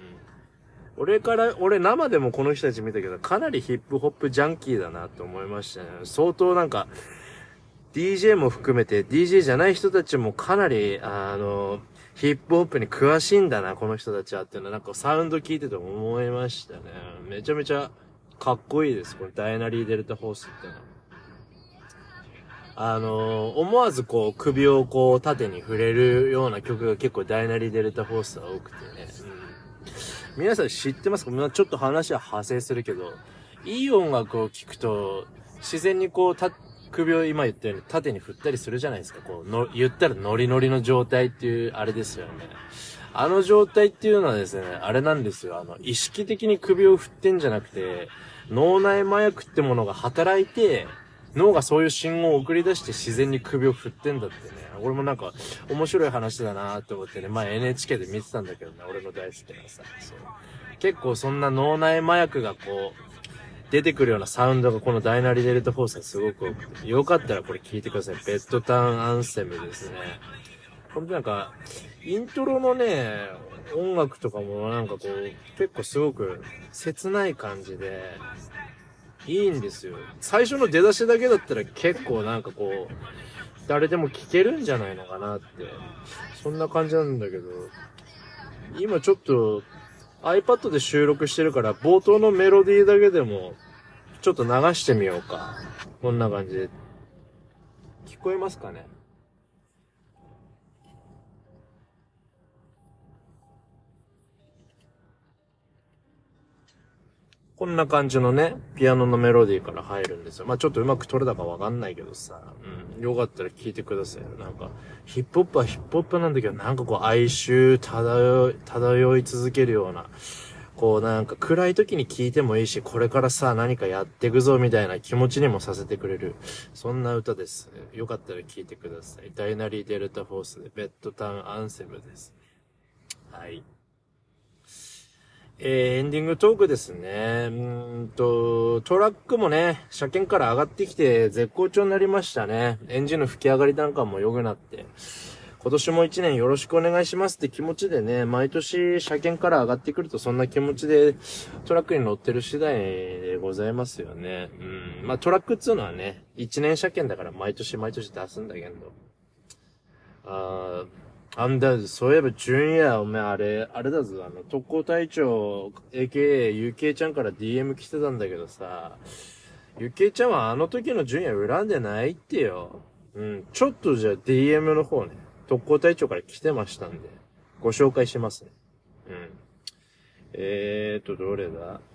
俺生でもこの人たち見たけど、かなりヒップホップジャンキーだなって思いましたね。相当なんか、DJ も含めて、DJ じゃない人たちもかなり、ヒップホップに詳しいんだな、この人たちはっていうのは、なんかサウンド聞いてて思いましたね。めちゃめちゃかっこいいです、このダイナリーデルタフォースってのは。思わずこう、首をこう、縦に触れるような曲が結構ダイナリーデルタフォースは多くてね。皆さん知ってますか？ちょっと話は派生するけど、いい音楽を聴くと、 自然にこう、首を今言ったように縦に振ったりするじゃないですか。こう、言ったらノリノリの状態っていう、あれですよね。あの状態っていうのはですね、あれなんですよ。意識的に首を振ってんじゃなくて、脳内麻薬ってものが働いて、脳がそういう信号を送り出して自然に首を振ってんだってね。俺もなんか面白い話だなって思ってね、前 NHK で見てたんだけどね、俺の大好きなさ。そう。結構そんな脳内麻薬がこう、出てくるようなサウンドがこのダイナリデルタフォースがすごく多くて、よかったらこれ聞いてください。ベッドタウンアンセムですね。ほんとなんか、イントロのね、音楽とかもなんかこう、結構すごく切ない感じで、いいんですよ。最初の出だしだけだったら結構なんかこう、誰でも聴けるんじゃないのかなって、そんな感じなんだけど、今ちょっと iPad で収録してるから冒頭のメロディーだけでもちょっと流してみようか。こんな感じで。聞こえますかね？こんな感じのね、ピアノのメロディーから入るんですよ。まあちょっとうまく撮れたかわかんないけどさ、よかったら聞いてくださいよ。なんか、ヒップホップはヒップホップなんだけど、なんかこう哀愁漂い続けるような、こうなんか暗い時に聞いてもいいし、これからさ、何かやっていくぞみたいな気持ちにもさせてくれる、そんな歌です。よかったら聞いてください。ダイナリーデルタフォースでベッドタウンアンセムです。はい。エンディングトークですね。トラックもね、車検から上がってきて絶好調になりましたね。エンジンの吹き上がりなんかも良くなって。今年も一年よろしくお願いしますって気持ちでね、毎年車検から上がってくるとそんな気持ちでトラックに乗ってる次第でございますよね。まあトラックっつうのはね、一年車検だから毎年毎年出すんだけど。そういえば、純也、お前、あれだぞ、特攻隊長、AKA、ゆきえちゃんから DM 来てたんだけどさ、ゆきえちゃんはあの時の純也恨んでないってよ。ちょっとじゃあ DM の方ね、特攻隊長から来てましたんで、ご紹介しますね。どれだ？はい、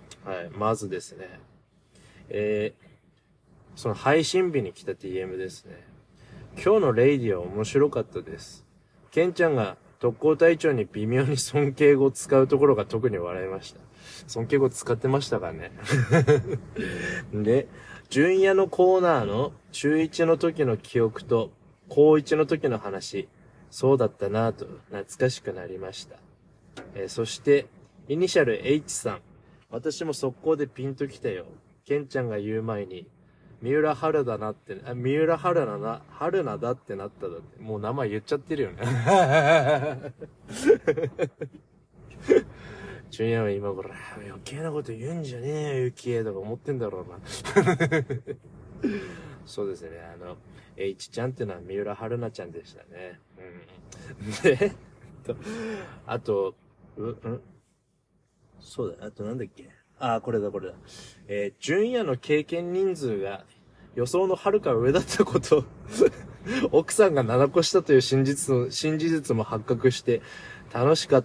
まずですね。その配信日に来た DM ですね。今日のレイディは面白かったです。ケンちゃんが特攻隊長に微妙に尊敬語を使うところが特に笑いました。尊敬語使ってましたかね。で、純也のコーナーの中1の時の記憶と高1の時の話、そうだったなぁと懐かしくなりました。そして、イニシャル H さん。私も速攻でピンときたよ。ケンちゃんが言う前に、三浦春だなって、三浦春菜だってなっただって。もう名前言っちゃってるよね。ジュニアは今頃、余計なこと言うんじゃねえよ、ゆきえとか思ってんだろうな。そうですね、H ちゃんっていうのは三浦春菜ちゃんでしたね。で、あと、そうだ、あとなんだっけ。これだ。純也の経験人数が予想の遥か上だったこと奥さんが7個したという新事実も発覚して楽しかった。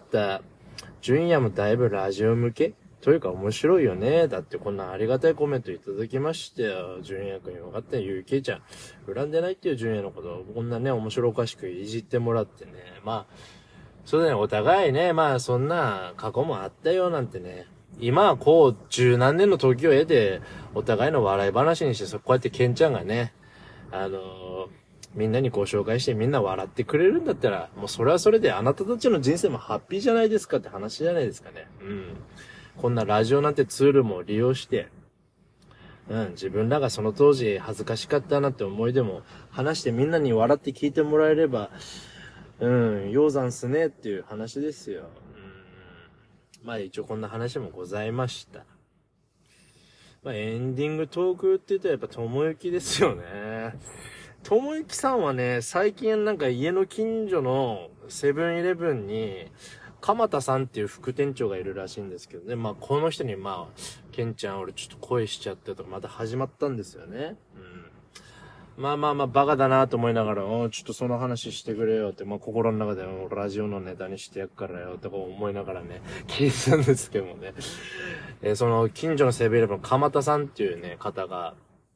純也もだいぶラジオ向けというか面白いよね。だってこんなありがたいコメントいただきましたよ。純也くんよかったよ。ゆうけいちゃん。恨んでないっていう純也のことをこんなね、面白おかしくいじってもらってね。まあ、そうだね、お互いね、まあそんな過去もあったよなんてね。今はこう、十何年の時を経て、お互いの笑い話にして、こうやってケンちゃんがね、みんなにご紹介してみんな笑ってくれるんだったら、もうそれはそれであなたたちの人生もハッピーじゃないですかって話じゃないですかね。こんなラジオなんてツールも利用して、自分らがその当時恥ずかしかったなって思いでも話してみんなに笑って聞いてもらえれば、鷹山すねっていう話ですよ。まあ一応こんな話もございました。まあエンディングトークって言ったらやっぱともゆきですよね。ともゆきさんはね、最近なんか家の近所のセブンイレブンに、鎌田さんっていう副店長がいるらしいんですけどね。まあこの人にまあ、ケンちゃん俺ちょっと恋しちゃってとかまた始まったんですよね。まあ、バカだなと思いながら、ちょっとその話してくれよって、まあ心の中でラジオのネタにしてやっからよとか思いながらね、聞いてたんですけどもね。その近所のセブンイレブンの鎌田さんっていうね、方が、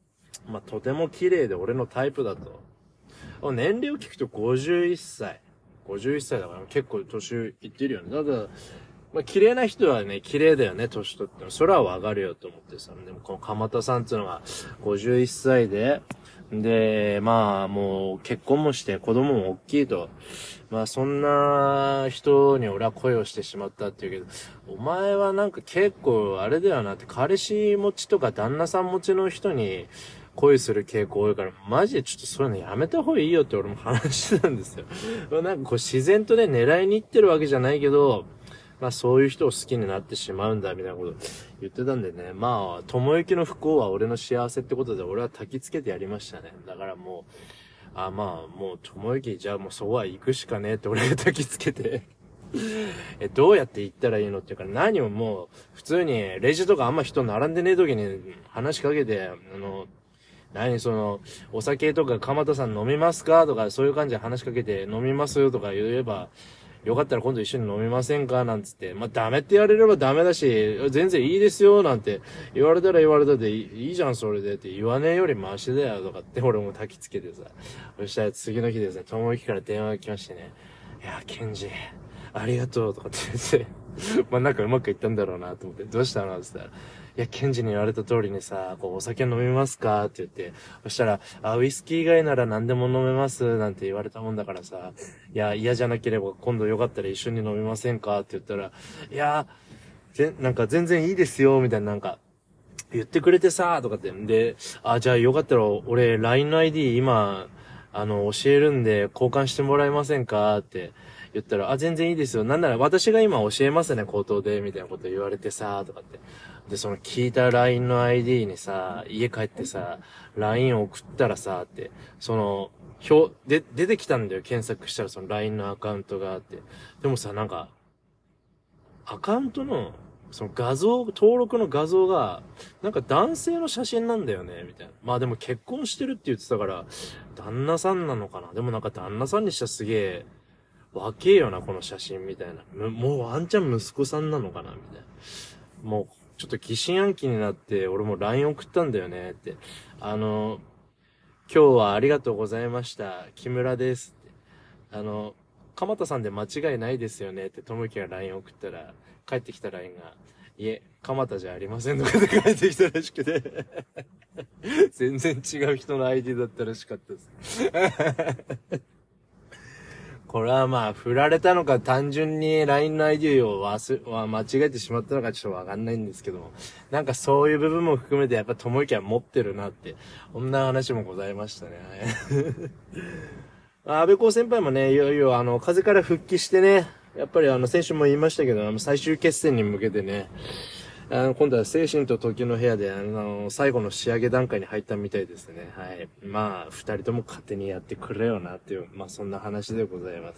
まあ、とても綺麗で俺のタイプだと。年齢を聞くと51歳。51歳だから結構年いってるよね。ただ、まあ、綺麗な人はね、綺麗だよね、年取っても。それはわかるよと思ってさ。でも、この鎌田さんっていうのが51歳で、まあ、もう結婚もして子供も大きいと。まあ、そんな人に俺は恋をしてしまったっていうけど、お前はなんか結構あれだよなって、彼氏持ちとか旦那さん持ちの人に恋する傾向多いから、マジでちょっとそういうのやめた方がいいよって俺も話してたんですよ。なんかこう自然とね、狙いに行ってるわけじゃないけど、まあそういう人を好きになってしまうんだみたいなこと言ってたんでね。まあ、友行の不幸は俺の幸せってことで俺は焚きつけてやりましたね。だからもう、まあもう友行じゃあもうそこは行くしかねえって俺が焚きつけて。どうやって行ったらいいのっていうか何をもう普通にレジとかあんま人並んでねえ時に話しかけて、お酒とか鎌田さん飲みますかとかそういう感じで話しかけて飲みますよとか言えば、よかったら今度一緒に飲みませんかなんつって。まあ、ダメって言われればダメだし、全然いいですよなんて言われたら言われたでいいじゃんそれでって言わねえよりマシだよとかって俺も焚きつけてさ。そしたら次の日ですね、友行から電話が来ましてね。いや、ケンジ、ありがとうとかって言って、まあなんかうまくいったんだろうなと思って、どうしたのって言ったら、いや、ケンジに言われた通りにさ、こう、お酒飲みますかって言って、そしたら、ウイスキー以外なら何でも飲めますなんて言われたもんだからさ、いや、嫌じゃなければ今度よかったら一緒に飲みませんかって言ったら、いや、なんか全然いいですよ、みたいななんか、言ってくれてさ、とかって。で、じゃあよかったら俺 LINE の ID 今、教えるんで交換してもらえませんかって言ったら、全然いいですよ。なんなら私が今教えますね、口頭で、みたいなこと言われてさ、とかって。で、その聞いた LINE の ID にさ、家帰ってさ、LINE 送ったらさ、って、出てきたんだよ、検索したらその LINE のアカウントがあって。でもさ、なんか、アカウントの、その登録の画像が、なんか男性の写真なんだよね、みたいな。まあでも結婚してるって言ってたから、旦那さんなのかな。でもなんか旦那さんにしたらすげえ、若えよな、この写真、みたいな。もうワンチャン息子さんなのかな、みたいな。もう、ちょっと疑心暗鬼になって、俺も LINE 送ったんだよね、って。今日はありがとうございました。木村です。って。鎌田さんで間違いないですよねって、ともきが LINE 送ったら、帰ってきた LINE が、いえ、鎌田じゃありませんとかで帰ってきたらしくて、全然違う人の ID だったらしかったです。これはまあ、振られたのか単純に LINE の ID を間違えてしまったのかちょっとわかんないんですけども、なんかそういう部分も含めてやっぱともきは持ってるなって、こんな話もございましたね。安倍光先輩もね、いよいよ風邪から復帰してね、やっぱり先週も言いましたけど、最終決戦に向けてね、今度は精神と時の部屋で、最後の仕上げ段階に入ったみたいですね。はい。まあ、二人とも勝手にやってくれよなっていう、まあそんな話でございます。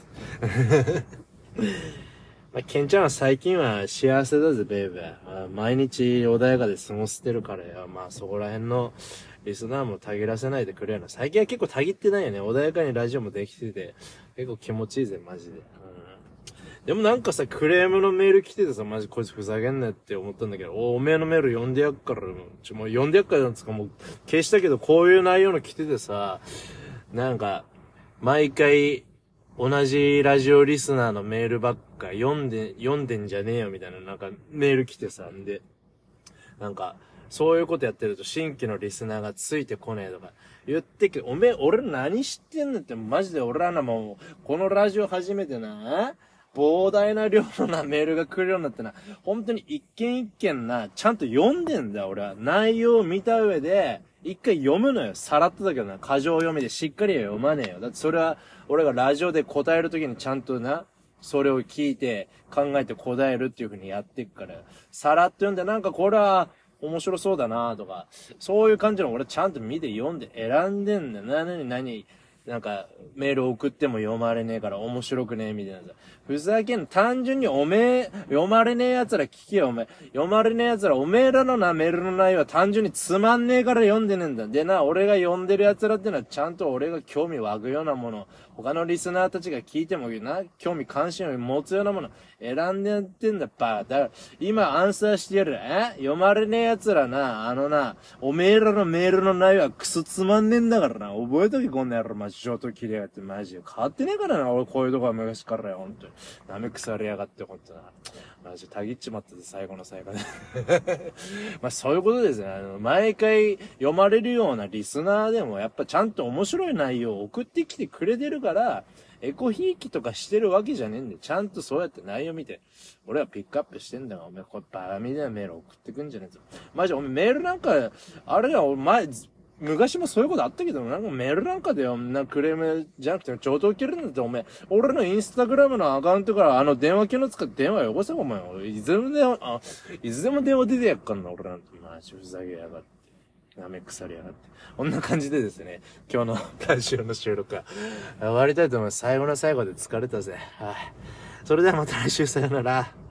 まあ、ケンちゃんは最近は幸せだぜ、ベイベー。毎日穏やかで過ごしてるからよ。まあそこら辺のリスナーもたぎらせないでくれよな。最近は結構たぎってないよね。穏やかにラジオもできてて、結構気持ちいいぜ、マジで。でもなんかさ、クレームのメール来ててさ、マジこいつふざけんなって思ったんだけど、おめえのメール読んでやっから、もう読んでやっからなんつかもう消したけど、こういう内容の来ててさ、なんか、毎回、同じラジオリスナーのメールばっか読んでんじゃねえよみたいななんかメール来てさ、んで、なんか、そういうことやってると新規のリスナーがついてこねえとか言ってけど、おめえ俺何知ってんのってマジで俺らのもう、このラジオ初めてな、膨大な量のなメールが来るようになってな、本当に一件一件な、ちゃんと読んでんだよ、俺は。内容を見た上で、一回読むのよ。さらっとだけどな、過剰読みでしっかりは読まねえよ。だってそれは、俺がラジオで答えるときにちゃんとな、それを聞いて、考えて答えるっていう風にやっていくから、さらっと読んで、なんかこれは、面白そうだなとか、そういう感じの俺ちゃんと見て読んで選んでんだよ。何なんか、メール送っても読まれねえから面白くねえみたいなさ。ふざけん、単純に読まれねえ奴ら聞けよ、おめえ。読まれねえ奴ら、おめえらのな、メールの内容は単純につまんねえから読んでねえんだ。でな、俺が読んでる奴らってのはちゃんと俺が興味湧くようなもの、他のリスナーたちが聞いてもな、興味関心を持つようなもの、選んでやってんだ、バー。だから、今アンサーしてやる。読まれねえ奴らな、おめえらのメールの内容はクソつまんねえんだからな。覚えとけ、こんな野郎。マジ、上等切れやがって、マジで。変わってねえからな、俺こういうとこは昔からよ、ほんとに。舐め腐れやがって、ほんとな。マジ、たぎっちまったぜ、最後の最後で。まあ、そういうことですね。毎回読まれるようなリスナーでも、やっぱちゃんと面白い内容を送ってきてくれてるから、エコひいきとかしてるわけじゃねえんで、ちゃんとそうやって内容見て、俺はピックアップしてんだが、お前、これバカみたいなメール送ってくんじゃねえぞ。マジ、お前メールなんか、あれや、お前、昔もそういうことあったけど、なんかメールなんかでよ、クレームじゃなくて、上等切れるんだって、お前、俺のインスタグラムのアカウントから電話機能使って電話よこせ、お前。いつでも電話、いつでも電話出てやっかんな、俺なんて。マジふざけやがって。なめ腐りやがって。こんな感じでですね、今日のラジオの収録は終わりたいと思います。最後の最後で疲れたぜ。はい。それではまた来週さよなら。